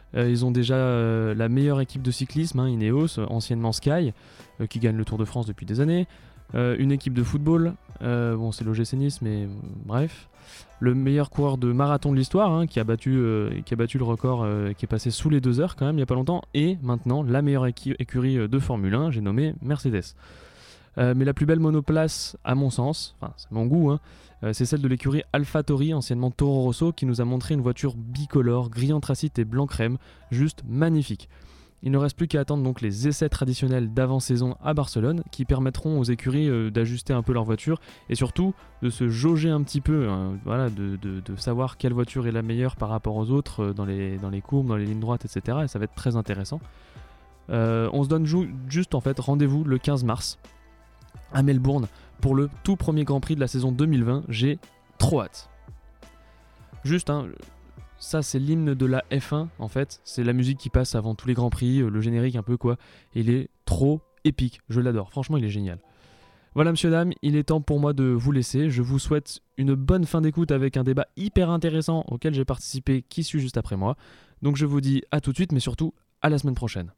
Ils ont déjà la meilleure équipe de cyclisme, Ineos, anciennement Sky, qui gagne le Tour de France depuis des années. Une équipe de football, c'est l'OGC Nice, mais bref. Le meilleur coureur de marathon de l'histoire, qui a battu le record, qui est passé sous les 2 heures quand même il n'y a pas longtemps. Et maintenant, la meilleure écurie de Formule 1, j'ai nommé Mercedes. Mais la plus belle monoplace, à mon sens, c'est mon goût, c'est celle de l'écurie AlphaTauri, anciennement Toro Rosso, qui nous a montré une voiture bicolore, gris anthracite et blanc crème, juste magnifique. Il ne reste plus qu'à attendre donc les essais traditionnels d'avant-saison à Barcelone, qui permettront aux écuries d'ajuster un peu leur voiture et surtout de se jauger un petit peu, de savoir quelle voiture est la meilleure par rapport aux autres dans les courbes, dans les lignes droites, etc. Et ça va être très intéressant. On se donne juste en fait rendez-vous le 15 mars à Melbourne pour le tout premier Grand Prix de la saison 2020. J'ai trop hâte. Juste, ça c'est l'hymne de la F1 en fait, c'est la musique qui passe avant tous les Grands Prix, le générique un peu quoi. Il est trop épique, je l'adore, franchement il est génial. Voilà messieurs dames, il est temps pour moi de vous laisser. Je vous souhaite une bonne fin d'écoute avec un débat hyper intéressant auquel j'ai participé qui suit juste après moi. Donc je vous dis à tout de suite, mais surtout à la semaine prochaine.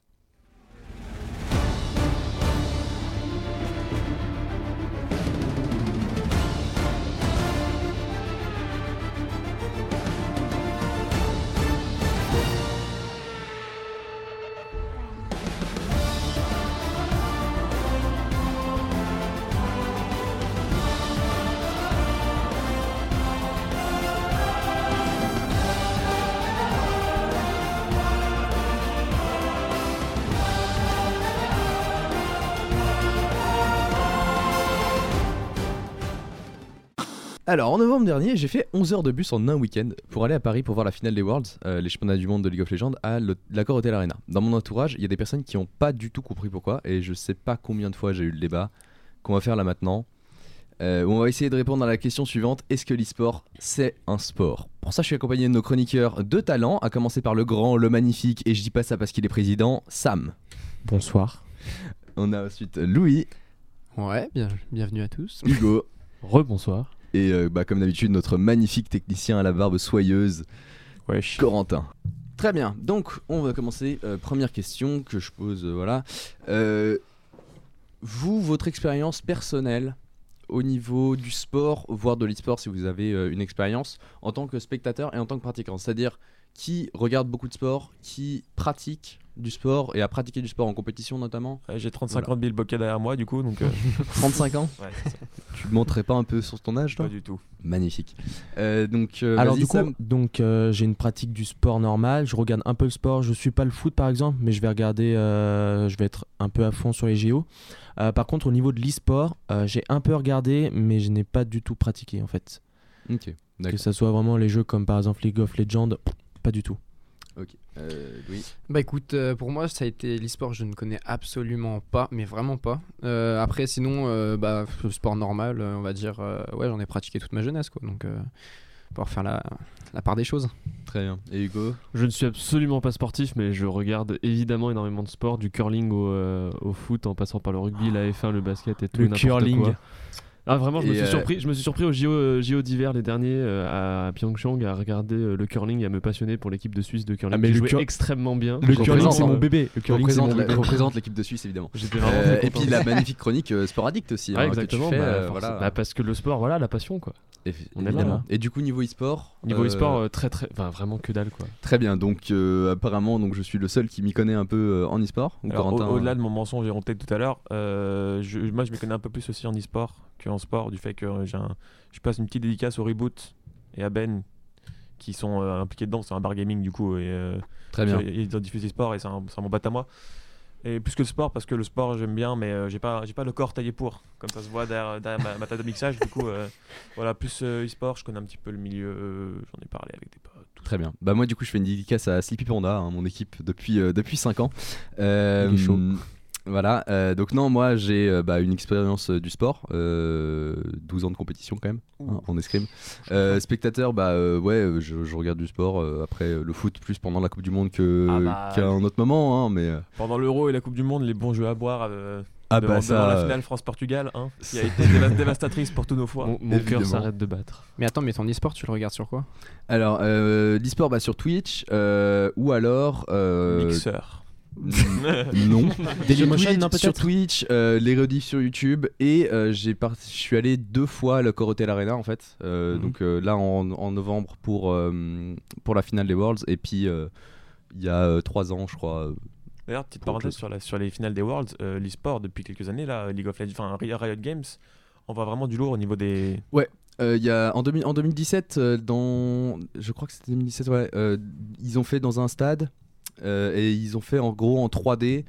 Alors en novembre dernier, j'ai fait 11 heures de bus en un week-end pour aller à Paris pour voir la finale des Worlds, les championnats du monde de League of Legends à l'Accor Hotel Arena. Dans mon entourage, il y a des personnes qui n'ont pas du tout compris pourquoi, et je sais pas combien de fois j'ai eu le débat qu'on va faire là maintenant. On va essayer de répondre à la question suivante: est-ce que l'e-sport c'est un sport? Pour ça, je suis accompagné de nos chroniqueurs de talent, à commencer par le grand, le magnifique, et je dis pas ça parce qu'il est président, Sam.
Bonsoir.
On a ensuite Louis.
Ouais, bienvenue à tous.
Hugo.
Rebonsoir.
Et comme d'habitude, notre magnifique technicien à la barbe soyeuse, Corentin. Très bien, donc on va commencer. Première question que je pose, vous, votre expérience personnelle au niveau du sport, voire de l'e-sport si vous avez une expérience, en tant que spectateur et en tant que pratiquant. C'est-à-dire qui regarde beaucoup de sport, qui pratique du sport et a pratiqué du sport en compétition notamment.
J'ai 35 ans de Bill Bokeh derrière moi du coup donc
35 ans.
Ouais, c'est ça.
Tu ne montrais pas un peu sur ton âge toi?
Pas du tout.
Magnifique.
Alors du coup, j'ai une pratique du sport normal, je regarde un peu le sport, je suis pas le foot par exemple, mais je vais regarder, je vais être un peu à fond sur les JO. Par contre au niveau de l'e-sport, j'ai un peu regardé mais je n'ai pas du tout pratiqué en fait.
Ok, d'accord.
Que ça soit vraiment les jeux comme par exemple League of Legends, pas du tout.
Ok, Louis.
Bah écoute, pour moi ça a été l'e-sport, je ne connais absolument pas, mais vraiment pas. Après sinon, le sport normal, on va dire, j'en ai pratiqué toute ma jeunesse quoi, donc pour faire la part des choses.
Très bien. Et Hugo?
Je ne suis absolument pas sportif, mais je regarde évidemment énormément de sport, du curling au foot, en passant par le rugby, la F1, le basket et tout.
Le
n'importe
curling.
quoi. Ah vraiment, je me suis surpris au JO d'hiver les derniers à Pyeongchang à regarder le curling et à me passionner pour l'équipe de Suisse de curling.
Ah, mais
qui
le
jouait extrêmement bien.
Le curling c'est mon bébé. Le curling c'est mon bébé.
Représente l'équipe de Suisse évidemment.
J'étais vraiment très
et puis la magnifique chronique Sport Addict aussi.
Exactement.
Que tu fais,
parce que le sport, la passion quoi. On est là.
Et du coup niveau e-sport.
Niveau e-sport très vraiment que dalle quoi.
Très bien. Donc apparemment je suis le seul qui m'y connaît un peu en e-sport.
Au-delà de mon mensonge éronté tout à l'heure, moi je m'y connais un peu plus aussi en e-sport qu'en sport, du fait que je passe une petite dédicace au Reboot et à Ben qui sont impliqués dedans. C'est un bar gaming du coup et
très bien.
Ils ont diffusé sport et c'est mon bat à moi. Et plus que le sport, parce que le sport j'aime bien, mais j'ai pas le corps taillé pour, comme ça se voit derrière ma table de mixage. Du coup, plus e-sport, je connais un petit peu le milieu, j'en ai parlé avec des potes.
Très bien. Bah moi du coup je fais une dédicace à Sleepy Panda, mon équipe depuis 5 ans.
Il est chaud.
Voilà, donc non, moi j'ai une expérience du sport, 12 ans de compétition quand même, en escrime. Spectateur, je regarde du sport, après le foot plus pendant la Coupe du Monde qu'à un autre moment. Mais
pendant l'Euro et la Coupe du Monde, les bons jeux à boire
Ah
devant,
bah
devant la
ça.
finale France-Portugal, hein, qui a été dévastatrice pour tous nos foies.
Mon cœur
Évidemment.
s'arrête de battre.
Mais attends, mais ton e-sport, tu le regardes sur quoi?
Alors, l'e-sport sur Twitch ou alors.
Mixeur.
Non.
Dailymotion,
Twitch,
non,
sur
peut-être
Twitch, les rediffs sur YouTube et je suis allé 2 fois à la Corotel Arena en fait. Donc là en novembre pour la finale des Worlds et puis il y a 3 ans je crois.
D'ailleurs, petite parenthèse sur les finales des Worlds, l'e-sport depuis quelques années, là, League of Legends, enfin Riot Games, on voit vraiment du lourd au niveau des.
Ouais. Il y a en 2017 je crois que c'était 2017 ouais, ils ont fait dans un stade et ils ont fait en gros en 3D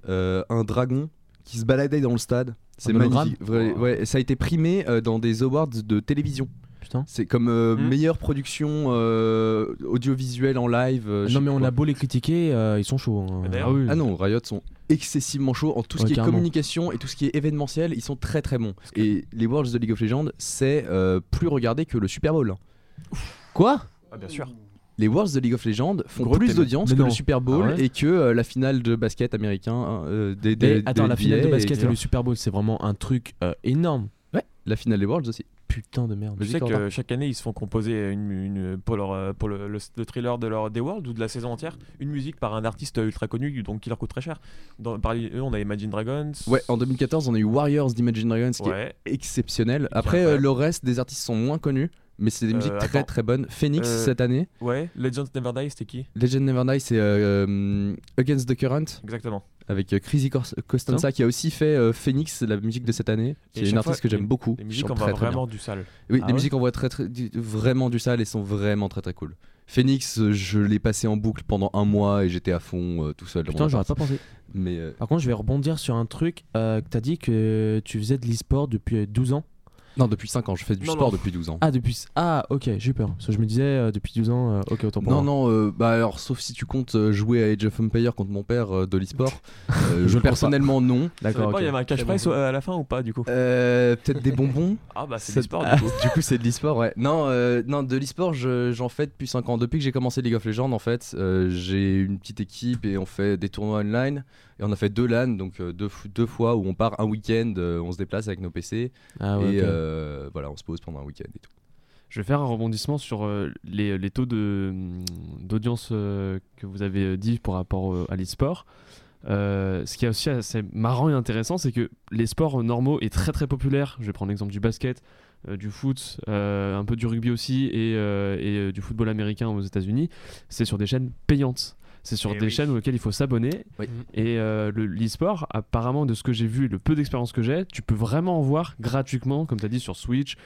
un dragon qui se baladait dans le stade. C'est magnifique. Ouais, et ça a été primé dans des awards de télévision.
Putain.
C'est comme meilleure production audiovisuelle en live.
Non mais on a beau les critiquer, ils sont chauds. Hein.
Ah non, Riot sont excessivement chauds en tout ce qui est
carrément.
communication et tout ce qui est événementiel, ils sont très très bons. Et les Worlds de League of Legends, c'est plus regardé que le Super Bowl.
Quoi?
Ah bien sûr.
Les Worlds de League of Legends font
Gros
plus
thème.
d'audience
Mais
que
non.
le Super Bowl
Ah ouais
et que la finale de basket américain
Attends, la finale de basket et
le
le Super Bowl, c'est vraiment un truc énorme.
Ouais, la finale des Worlds aussi.
Putain de merde.
Je sais que chaque année ils se font composer pour le thriller des Worlds ou de la saison entière, une musique par un artiste ultra connu, donc qui leur coûte très cher. Parmi eux, on a Imagine Dragons.
Ouais, en 2014, on a eu Warriors d'Imagine Dragons qui
Ouais.
est exceptionnel. Après,
incroyable.
le reste des artistes sont moins connus, mais c'est des musiques très
attends.
très bonnes. Phoenix cette année.
Ouais, Legends Never Die, c'était qui?
Legend Never Die, c'est Against the Current.
Exactement.
Avec Crazy Costanza qui a aussi fait Phoenix, la musique de cette année, qui
Et
est une
chaque
artiste
fois,
que j'aime beaucoup.
Les musiques
Chante
envoient
très, très
vraiment
bien.
du sale.
Oui,
Ah
les
ouais
musiques envoient vraiment du sale et sont vraiment très très cool. Phoenix, je l'ai passé en boucle pendant un mois et j'étais à fond tout seul. dans
Putain,
mon
j'aurais
appart.
pas pensé.
Mais
Par contre, je vais rebondir sur un truc que t'as dit que tu faisais de l'e-sport depuis 12 ans.
non, depuis 5 ans, je fais du sport depuis 12 ans.
Ah, ok, j'ai eu peur. Parce que je me disais depuis 12 ans, ok, autant pour moi.
Non, bah alors, sauf si tu comptes jouer à Age of Empires contre mon père de l'e-sport.
Je
personnellement, non.
D'accord. Il y avait un cash prize à la fin ou pas du coup?
Peut-être des bonbons.
Ah bah c'est
Ça-
l'e-sport du coup.
Du coup, c'est de l'e-sport, ouais. Non, de l'e-sport, j'en fais depuis 5 ans. Depuis que j'ai commencé League of Legends, en fait, j'ai une petite équipe et on fait des tournois online. Et on a fait 2 LAN, donc 2 fois où on part un week-end, on se déplace avec nos PC.
Ah ouais,
et
ok.
voilà, on se pose pendant un week-end et tout.
Je vais faire un rebondissement sur les taux d'audience que vous avez dit par rapport à l'e-sport. Ce qui est aussi assez marrant et intéressant, c'est que les sports normaux est très très populaire. Je vais prendre l'exemple du basket, du foot, un peu du rugby aussi et du football américain aux États-Unis. C'est sur des chaînes payantes. C'est sur des chaînes auxquelles il faut s'abonner.
Oui.
Et l'e-sport, apparemment, de ce que j'ai vu et le peu d'expérience que j'ai, tu peux vraiment en voir gratuitement, comme tu as dit, sur Twitch,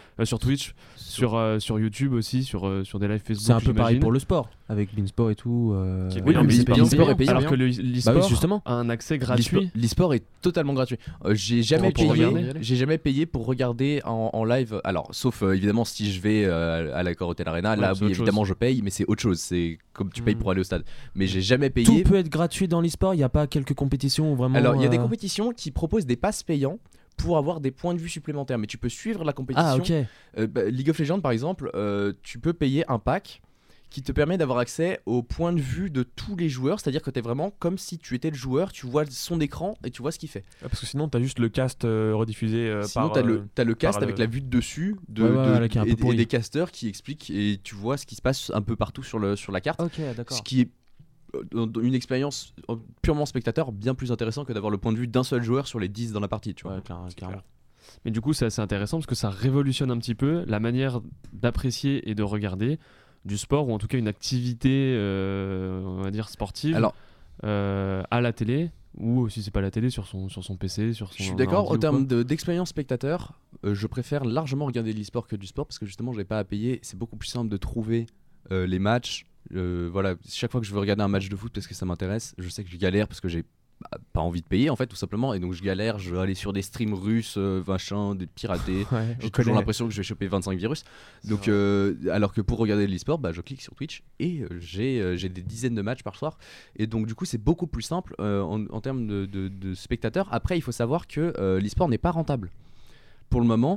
sur YouTube aussi, sur des lives Facebook.
C'est un peu pareil
j'imagine.
pour le sport, avec Beansport et tout.
Oui, mais
l'e-sport est payant.
alors que l'e-sport
Bah oui, justement.
a un accès gratuit.
L'e-sport est totalement gratuit. J'ai jamais payé pour regarder en live. Alors, sauf évidemment si je vais à la Corotel Arena, là
c'est
oui,
autre
évidemment je paye, mais c'est autre chose. C'est comme tu payes pour aller au stade. Mais j'ai jamais payé.
Tout peut être gratuit dans l'e-sport, il n'y a pas quelques compétitions où vraiment.
Alors, il y a des compétitions qui proposent des passes payants pour avoir des points de vue supplémentaires, mais tu peux suivre la compétition.
Ah, ok.
League of Legends, par exemple, tu peux payer un pack qui te permet d'avoir accès au point de vue de tous les joueurs, c'est-à-dire que tu es vraiment comme si tu étais le joueur, tu vois son écran et tu vois ce qu'il fait.
Parce que sinon, t'as juste le cast rediffusé
Sinon,
par.
t'as le cast
par
avec la vue de dessus
qui est un peu
et
pourri.
des casteurs qui expliquent et tu vois ce qui se passe un peu partout sur la carte.
Ok, d'accord.
Ce qui est une expérience purement spectateur bien plus intéressant que d'avoir le point de vue d'un seul joueur sur les 10 dans la partie, tu vois.
Ouais, carrément.
Mais du coup, c'est assez intéressant parce que ça révolutionne un petit peu la manière d'apprécier et de regarder du sport ou en tout cas une activité, on va dire sportive,
Alors,
à la télé ou si c'est pas la télé sur son PC, sur son.
Je suis d'accord,
ordi
au
ou
terme
quoi.
d'expérience spectateur, je préfère largement regarder l'e-sport que du sport parce que justement, j'ai pas à payer. C'est beaucoup plus simple de trouver les matchs. Voilà, chaque fois que je veux regarder un match de foot parce que ça m'intéresse, je sais que je galère parce que j'ai pas envie de payer en fait tout simplement et donc je galère, je vais aller sur des streams russes machin, des piratés.
Ouais,
J'ai toujours l'impression que je vais choper 25 virus. Donc alors que pour regarder l'e-sport, je clique sur Twitch et j'ai des dizaines de matchs par soir et donc du coup c'est beaucoup plus simple en termes de spectateurs. Après il faut savoir que l'e-sport n'est pas rentable pour le moment.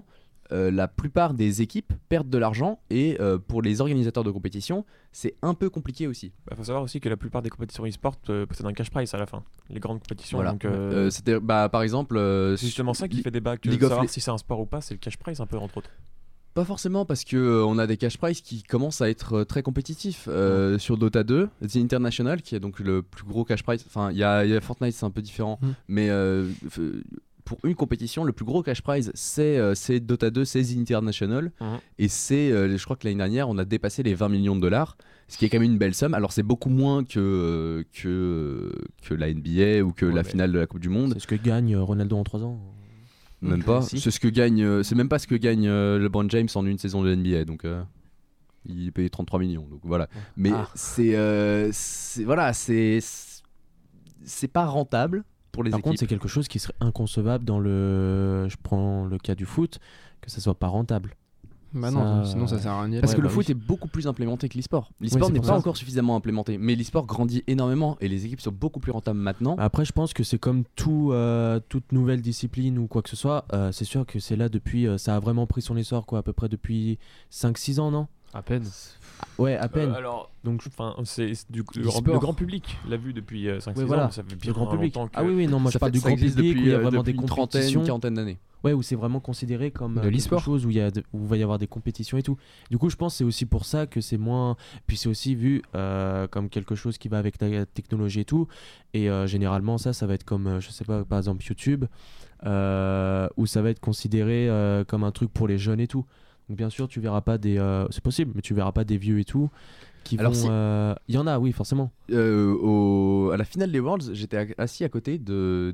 la plupart des équipes perdent de l'argent et pour les organisateurs de compétition, c'est un peu compliqué aussi.
Faut savoir aussi que la plupart des compétitions e-sport possèdent un cash prize à la fin. Les grandes compétitions.
Voilà.
Donc,
c'était, par exemple,
c'est justement ça qui fait débat, que de
League of
savoir
Le-
si c'est un sport ou pas, c'est le cash prize un peu entre autres.
Pas forcément parce que on a des cash prizes qui commencent à être très compétitifs. Sur Dota 2, The International qui est donc le plus gros cash prize. Enfin, il y a Fortnite, c'est un peu différent, mais pour une compétition, le plus gros cash prize c'est Dota 2, c'est The International, et je crois que l'année dernière on a dépassé les 20 millions de dollars, ce qui est quand même une belle somme. Alors c'est beaucoup moins que la NBA ou que la finale de la Coupe du Monde.
C'est ce que gagne Ronaldo en 3 ans.
Même pas.
Si.
C'est ce que gagne. C'est même pas ce que gagne LeBron James en une saison de NBA. Donc il est payé 33 millions. Donc voilà. Mais c'est pas rentable pour les
Par
équipes.
contre, c'est quelque chose qui serait inconcevable dans le. Je prends le cas du foot, que ça soit pas rentable.
Bah non, sinon ça sert à rien.
Parce que le foot est beaucoup plus implémenté que l'e-sport. L'e-sport
c'est
n'est
pour
pas
ça.
encore suffisamment implémenté, mais l'e-sport grandit énormément et les équipes sont beaucoup plus rentables maintenant.
Après, je pense que c'est comme toute nouvelle discipline ou quoi que ce soit. C'est sûr que c'est là depuis. Ça a vraiment pris son essor, quoi, à peu près depuis 5-6 ans, non ?
À peine.
Ouais, à peine.
Alors, donc, c'est le
l'e-sport.
grand public l'a vu depuis 5-6
Ouais, voilà.
ans. Ça fait
Le
bien
grand public.
longtemps que...
Ah oui, non, moi je parle du grand public où il y a vraiment des
une
compétitions.
trentaine, quarantaine d'années.
Ouais, où c'est vraiment considéré comme
De
quelque
l'e-sport.
chose où il va y avoir des compétitions et tout. Du coup, je pense que c'est aussi pour ça que c'est moins. Puis c'est aussi vu comme quelque chose qui va avec la technologie et tout. Et généralement, ça va être comme, je sais pas, par exemple YouTube, où ça va être considéré comme un truc pour les jeunes et tout. Donc bien sûr, tu verras pas des. C'est possible, mais tu verras pas des vieux et tout.
Alors,
Il y en a, oui, forcément.
À la finale des Worlds, j'étais assis à côté d'un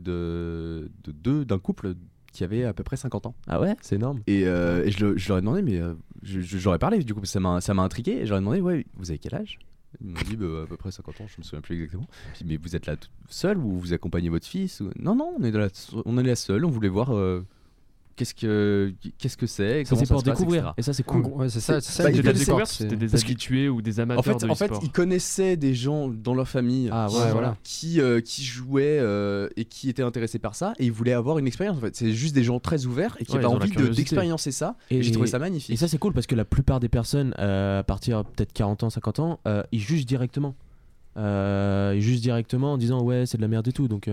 couple qui avait à peu près 50 ans.
Ah ouais, c'est énorme.
Et je leur ai demandé, mais j'aurais parlé du coup, parce que ça m'a intrigué. Et je leur ai demandé, ouais, vous avez quel âge? Ils m'ont dit à peu près 50 ans, je me souviens plus exactement. Puis, mais vous êtes là seul ou vous accompagnez votre fils ou... Non, on est là seul, on voulait voir qu'est-ce que c'est,
Ça,
comment
c'est
ça
pour
se passe,
découvrir.
etc.
Et ça, c'est cool.
Ouais, c'est ça.
Bah,
C'était
ils
de la
connaissaient-
découverte, c'était des
parce que-
habitués ou des amateurs de
En fait,
e-sport.
ils connaissaient des gens dans leur famille qui jouaient et qui étaient intéressés par ça et ils voulaient avoir une expérience. En fait, c'est juste des gens très ouverts et qui
Ouais,
avaient
ils ont la
envie
curiosité.
d'expériencer ça. Et j'ai trouvé ça magnifique.
Et ça, c'est cool parce que la plupart des personnes, à partir peut-être 40 ans, 50 ans, ils jugent directement. Ils jugent directement en disant ouais, c'est de la merde et tout. Donc.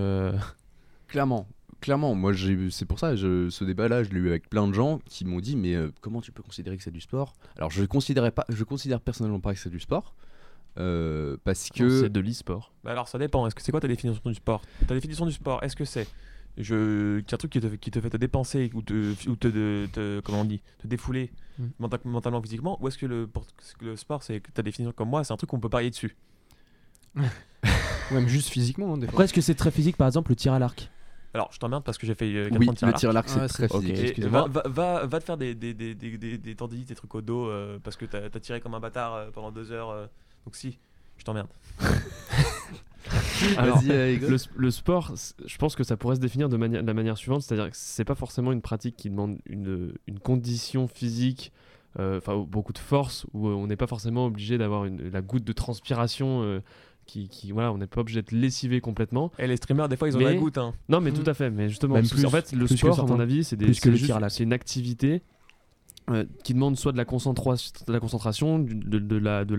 Clairement, moi c'est pour ça, ce débat-là, je l'ai eu avec plein de gens qui m'ont dit mais comment tu peux considérer que c'est du sport? Alors je considère personnellement pas que c'est du sport parce que
C'est de l'e-sport.
Bah alors ça dépend. Est-ce que c'est quoi ta définition du sport? Ta définition du sport, est-ce que c'est un truc qui te fait te dépenser ou comment on dit, te défouler mentalement, physiquement, ou est-ce que le sport, c'est ta définition comme moi, c'est un truc qu'on peut parier dessus?
Ou même juste physiquement, des fois.
Après, est-ce que c'est très physique, par exemple, le tir à l'arc?
Alors, je t'emmerde parce que j'ai fait 4
oui,
ans de tir à
le
l'arc.
tir à l'arc c'est
Ah,
très
c'est-
physique.
ok.
Et
Excusez-moi.
va te faire des tendinites, des trucs au dos parce que t'as tiré comme un bâtard pendant 2 heures. Donc si, je t'emmerde.
Alors,
Vas-y, Hugo.
le sport, je pense que ça pourrait se définir de la manière suivante, c'est-à-dire que c'est pas forcément une pratique qui demande une condition physique, beaucoup de force, où on n'est pas forcément obligé d'avoir la goutte de transpiration voilà, on n'est pas obligé d'être lessivé complètement.
Et les streamers, des fois, ils ont la goutte. Hein.
Non, mais tout à fait. Mais justement,
Même
en fait, le
plus que
sport, à
certains.
mon avis, c'est
Plus que le tir à l'arc.
c'est une activité qui demande soit de la concentration, de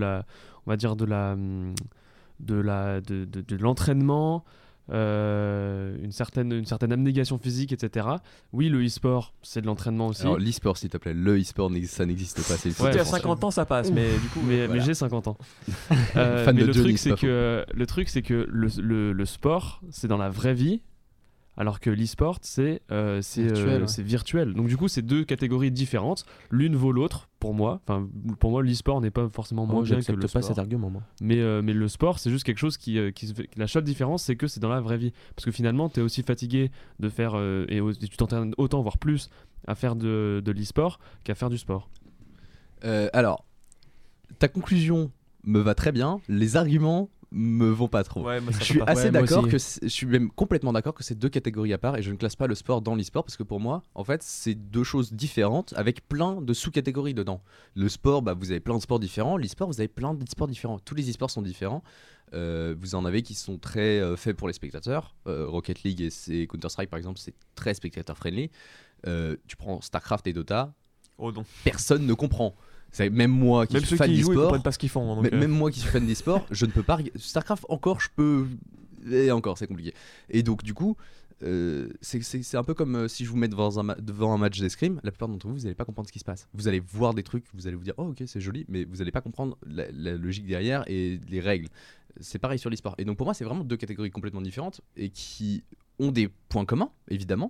l'entraînement, une certaine abnégation physique, etc. Oui, le e-sport, c'est de l'entraînement aussi.
Alors l'e-sport s'il te plaît, le e-sport ça n'existe pas, c'est le foot.
Ouais,
à 50 ans, ça passe, mais du coup,
mais
voilà.
j'ai 50 ans.
Fan
mais
de
le
Johnny,
truc,
c'est pas
le truc, c'est que le sport, c'est dans la vraie vie, alors que l'e-sport, c'est
Virtuel, ouais.
c'est virtuel. Donc du coup, c'est deux catégories différentes. L'une vaut l'autre, pour moi. Enfin, pour moi, l'e-sport n'est pas forcément moins
Moi,
bien que
j'accepte
le
pas
sport.
cet argument, moi.
Mais le sport, c'est juste quelque chose qui se fait. La seule différence, c'est que c'est dans la vraie vie. Parce que finalement, tu es aussi fatigué de faire. Et tu t'entraînes autant, voire plus, à faire de l'e-sport qu'à faire du sport.
Alors, ta conclusion me va très bien, les arguments me vont pas trop.
Ouais, moi, ça
je
peut
suis
pas.
assez
Ouais, moi
d'accord
aussi.
je suis même complètement d'accord que c'est deux catégories à part et je ne classe pas le sport dans l'e-sport parce que pour moi, en fait, c'est deux choses différentes avec plein de sous-catégories dedans. Le sport, bah, vous avez plein de sports différents. L'e-sport, vous avez plein d'e-sports différents. Tous les e-sports sont différents. Vous en avez qui sont très faits pour les spectateurs. Rocket League et Counter-Strike, par exemple, c'est très spectateur-friendly. Tu prends StarCraft et Dota,
Oh non.
Personne ne comprend. C'est même moi qui
Même
suis
ceux
fan
qui y jouent, ils
d'e-sport.
comprennent pas ce qu'ils font, donc,
Même moi qui suis fan d'e-sport, je ne peux pas. Starcraft encore, je peux. Et encore, c'est compliqué. Et donc du coup, c'est un peu comme si je vous mets devant un match d'escrime. La plupart d'entre vous, vous n'allez pas comprendre ce qui se passe. Vous allez voir des trucs, vous allez vous dire, oh ok, c'est joli, mais vous n'allez pas comprendre la logique derrière et les règles. C'est pareil sur l'e-sport. Et donc pour moi, c'est vraiment deux catégories complètement différentes et qui ont des points communs, évidemment.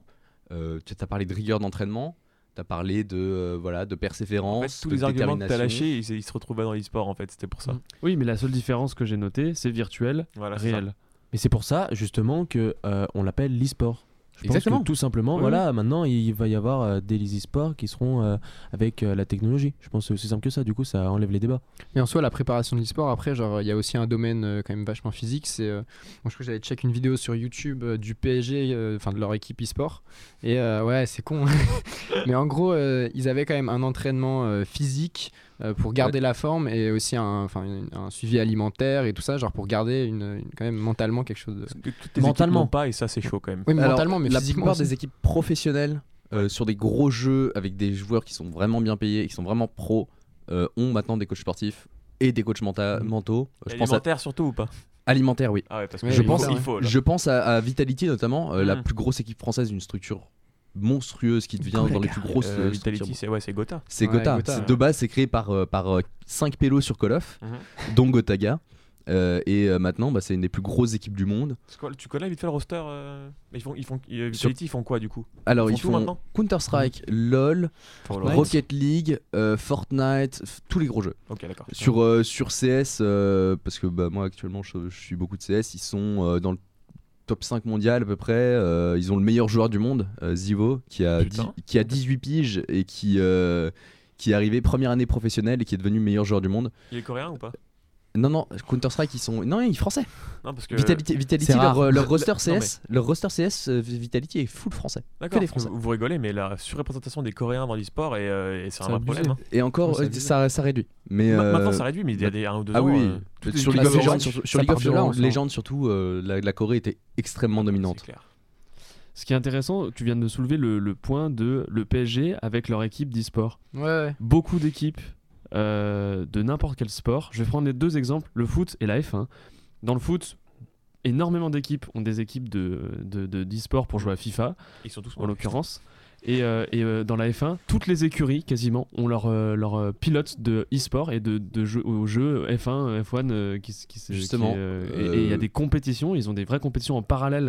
Tu as parlé de rigueur d'entraînement. T'as parlé de persévérance,
en fait, tous
de
les arguments que t'as
détermination.
lâchés, ils se retrouvaient dans l'e-sport, en fait, c'était pour ça.
Oui, mais la seule différence que j'ai notée, c'est virtuel,
Voilà, c'est
réel.
ça.
Mais c'est pour ça, justement, que on l'appelle l'e-sport. Je pense
Exactement.
que tout simplement,
Oui,
voilà, maintenant il va y avoir des e-sports qui seront avec la technologie. Je pense que c'est aussi simple que ça, du coup ça enlève les débats.
Et en soi, la préparation de l'e-sport, après, genre, il y a aussi un domaine quand même vachement physique. C'est, moi, je crois que j'avais check une vidéo sur YouTube du PSG, enfin de leur équipe e-sport. Et ouais, c'est con. Mais en gros, ils avaient quand même un entraînement physique pour garder la forme et aussi un suivi alimentaire et tout ça, genre pour garder quand même mentalement quelque chose de.
Toutes les équipes n'ont pas, et ça c'est chaud quand même.
Oui, mais
Alors,
mentalement, mais
la
physiquement
plupart
aussi.
des équipes professionnelles sur des gros jeux avec des joueurs qui sont vraiment bien payés et qui sont vraiment pros ont maintenant des coachs sportifs et des coachs mentaux. Je pense à
Alimentaire surtout ou pas?
alimentaire, oui.
Ah ouais, parce que
je pense à Vitality notamment, la plus grosse équipe française, une structure monstrueuse qui devient dans les plus grosses
Vitality, c'est Gotha.
C'est Gotha. De base, c'est créé par 5 pélos sur Call of, dont Gotaga. Et maintenant, c'est une des plus grosses équipes du monde.
Tu connais vite fait le roster Vitality, ils font quoi du coup?
Alors, ils
tout
font
maintenant
Counter-Strike, LoL, Rocket League, Fortnite, tous les gros jeux.
Ok, d'accord.
Sur CS, parce que moi actuellement je suis beaucoup de CS, ils sont dans le top 5 mondial à peu près. Ils ont le meilleur joueur du monde, Zivo, qui a 18 piges et qui est arrivé première année professionnelle et qui est devenu meilleur joueur du monde.
Il est coréen ou pas?
Non, Counter-Strike, ils est français.
Non, parce que
Vitality leur roster CS, leur roster CS Vitality est full français.
D'accord,
Que des Français.
vous rigolez, mais la surreprésentation des Coréens dans l'e-sport et c'est un vrai problème. Hein.
Et encore, ça réduit. Mais
maintenant, ça réduit, mais il y a des 1 ou 2 ans.
Oui, sur League of Legends,
sur League of
Legends surtout, la Corée était extrêmement dominante.
C'est clair.
Ce qui est intéressant, tu viens de soulever le point de le PSG avec leur équipe d'e-sport.
Ouais.
Beaucoup d'équipes de n'importe quel sport. Je vais prendre les deux exemples, le foot et la F1. Dans le foot, énormément d'équipes ont des équipes d'e-sport pour jouer à FIFA,
ils sont tous
en l'occurrence. Et dans la F1, toutes les écuries quasiment ont leur pilote de e-sport et de jeu F1, F1
Justement.
Et il y a des compétitions, ils ont des vraies compétitions en parallèle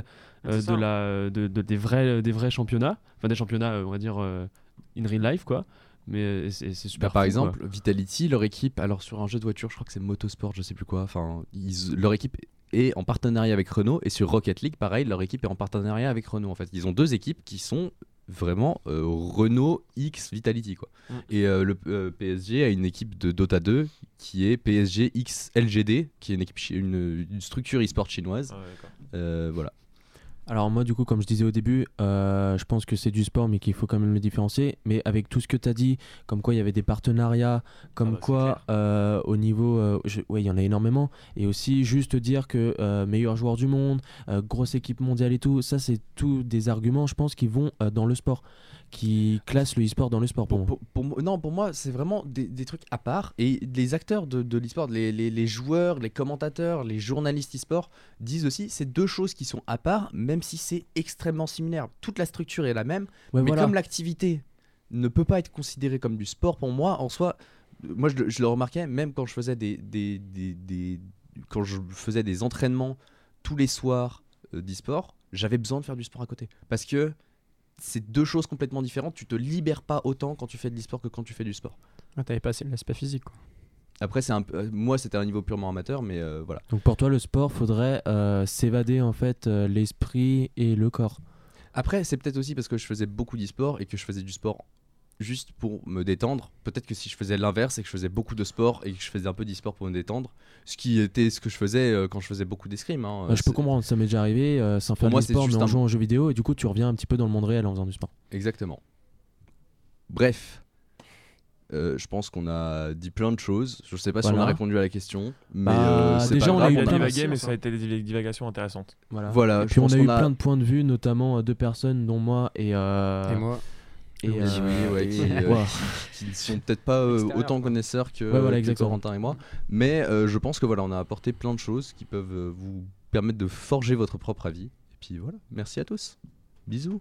des vrais championnats, enfin des championnats on va dire in real life quoi. Mais c'est super
par
fou,
exemple,
quoi.
Vitality, leur équipe, alors sur un jeu de voiture, je crois que c'est Motorsport, je sais plus quoi, leur équipe est en partenariat avec Renault, et sur Rocket League, pareil, leur équipe est en partenariat avec Renault en fait. Ils ont deux équipes qui sont vraiment Renault X Vitality quoi. Et le PSG a une équipe de Dota 2 qui est PSG X LGD, qui est une structure e-sport chinoise. Voilà.
Alors moi du coup comme je disais au début, je pense que c'est du sport mais qu'il faut quand même le différencier. Mais avec tout ce que tu as dit, comme quoi il y avait des partenariats, comme quoi au niveau... il y en a énormément. Et aussi juste dire que meilleur joueur du monde, grosse équipe mondiale et tout, ça c'est tout des arguments je pense qui vont dans le sport, qui classent le e-sport dans le sport pour moi.
Pour moi c'est vraiment des trucs à part. Et les acteurs de l'e-sport, les joueurs, les commentateurs, les journalistes e-sport disent aussi c'est deux choses qui sont à part, même si c'est extrêmement similaire. Toute la structure est la même, mais
voilà.
Comme l'activité ne peut pas être considérée comme du sport pour moi, en soi, moi je le remarquais même quand je faisais quand je faisais des entraînements tous les soirs d'e-sport, j'avais besoin de faire du sport à côté. Parce que c'est deux choses complètement différentes. Tu te libères pas autant quand tu fais de l'e-sport que quand tu fais du sport.
T'avais pas l'aspect physique quoi.
Après, moi, c'était un niveau purement amateur, mais voilà.
Donc pour toi, le sport, faudrait s'évader en fait l'esprit et le corps.
Après, c'est peut-être aussi parce que je faisais beaucoup d'e-sport et que je faisais du sport juste pour me détendre. Peut-être que si je faisais l'inverse et que je faisais beaucoup de sport et que je faisais un peu d'e-sport pour me détendre, ce qui était ce que je faisais quand je faisais beaucoup d'escrime.
Je peux comprendre, ça m'est déjà arrivé sans faire de sport, mais en jouant aux jeux vidéo, et du coup, tu reviens un petit peu dans le monde réel en faisant du sport.
Exactement. Bref. Je pense qu'on a dit plein de choses. Je sais pas si on a répondu à la question, mais c'est
déjà
pas grave.
On a divagué, mais ça a été des divagations intéressantes.
Voilà.
Et puis on a eu plein de points de vue, notamment deux personnes, dont moi et
moi.
Et qui ne sont peut-être pas autant connaisseurs que Corentin et moi, mais je pense que voilà, on a apporté plein de choses qui peuvent vous permettre de forger votre propre avis. Et puis voilà, merci à tous. Bisous.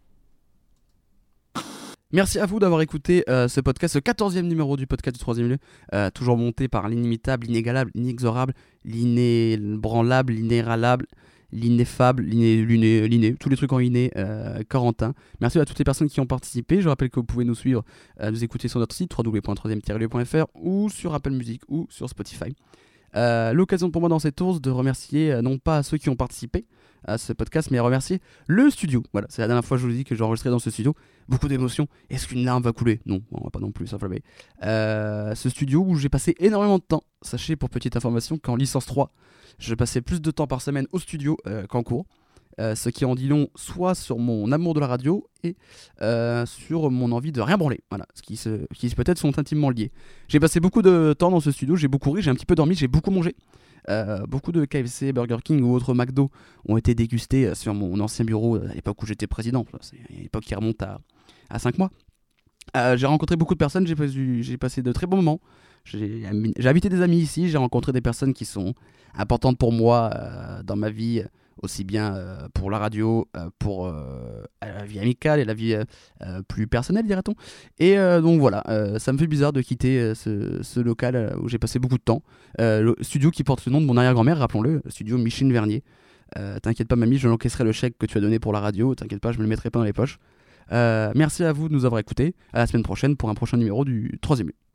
Merci à vous d'avoir écouté ce podcast, ce 14e numéro du podcast du 3e lieu, toujours monté par l'inimitable, l'inégalable, l'inexorable, l'inébranlable, l'inéralable, l'ineffable, l'iné, tous les trucs en iné, Corentin. Merci à toutes les personnes qui ont participé. Je rappelle que vous pouvez nous suivre, nous écouter sur notre site www.3e-lieu.fr ou sur Apple Music ou sur Spotify. L'occasion pour moi dans cette ours de remercier non pas ceux qui ont participé à ce podcast, mais à remercier le studio. Voilà, c'est la dernière fois que je vous dis que j'ai enregistré dans ce studio. Beaucoup d'émotions. Est-ce qu'une larme va couler ? Non, on va pas non plus s'enflammer. Ce studio où j'ai passé énormément de temps. Sachez pour petite information qu'en licence 3, je passais plus de temps par semaine au studio qu'en cours. Ce qui en dit long soit sur mon amour de la radio et sur mon envie de rien branler. Voilà, ce qui peut-être sont intimement liés. J'ai passé beaucoup de temps dans ce studio, j'ai beaucoup ri, j'ai un petit peu dormi, j'ai beaucoup mangé. Beaucoup de KFC, Burger King ou autres McDo ont été dégustés sur mon ancien bureau à l'époque où j'étais président. C'est une époque qui remonte à 5 mois. J'ai rencontré beaucoup de personnes, j'ai passé de très bons moments. J'ai invité des amis ici, j'ai rencontré des personnes qui sont importantes pour moi dans ma vie, aussi bien pour la radio, pour la vie amicale et la vie plus personnelle, dirait-on. Et donc voilà, ça me fait bizarre de quitter ce local où j'ai passé beaucoup de temps. Le studio qui porte le nom de mon arrière-grand-mère, rappelons-le, le studio Micheline Vernier. T'inquiète pas mamie, je l'encaisserai le chèque que tu as donné pour la radio, t'inquiète pas, je me le mettrai pas dans les poches. Merci à vous de nous avoir écoutés. À la semaine prochaine pour un prochain numéro du 3e lieu.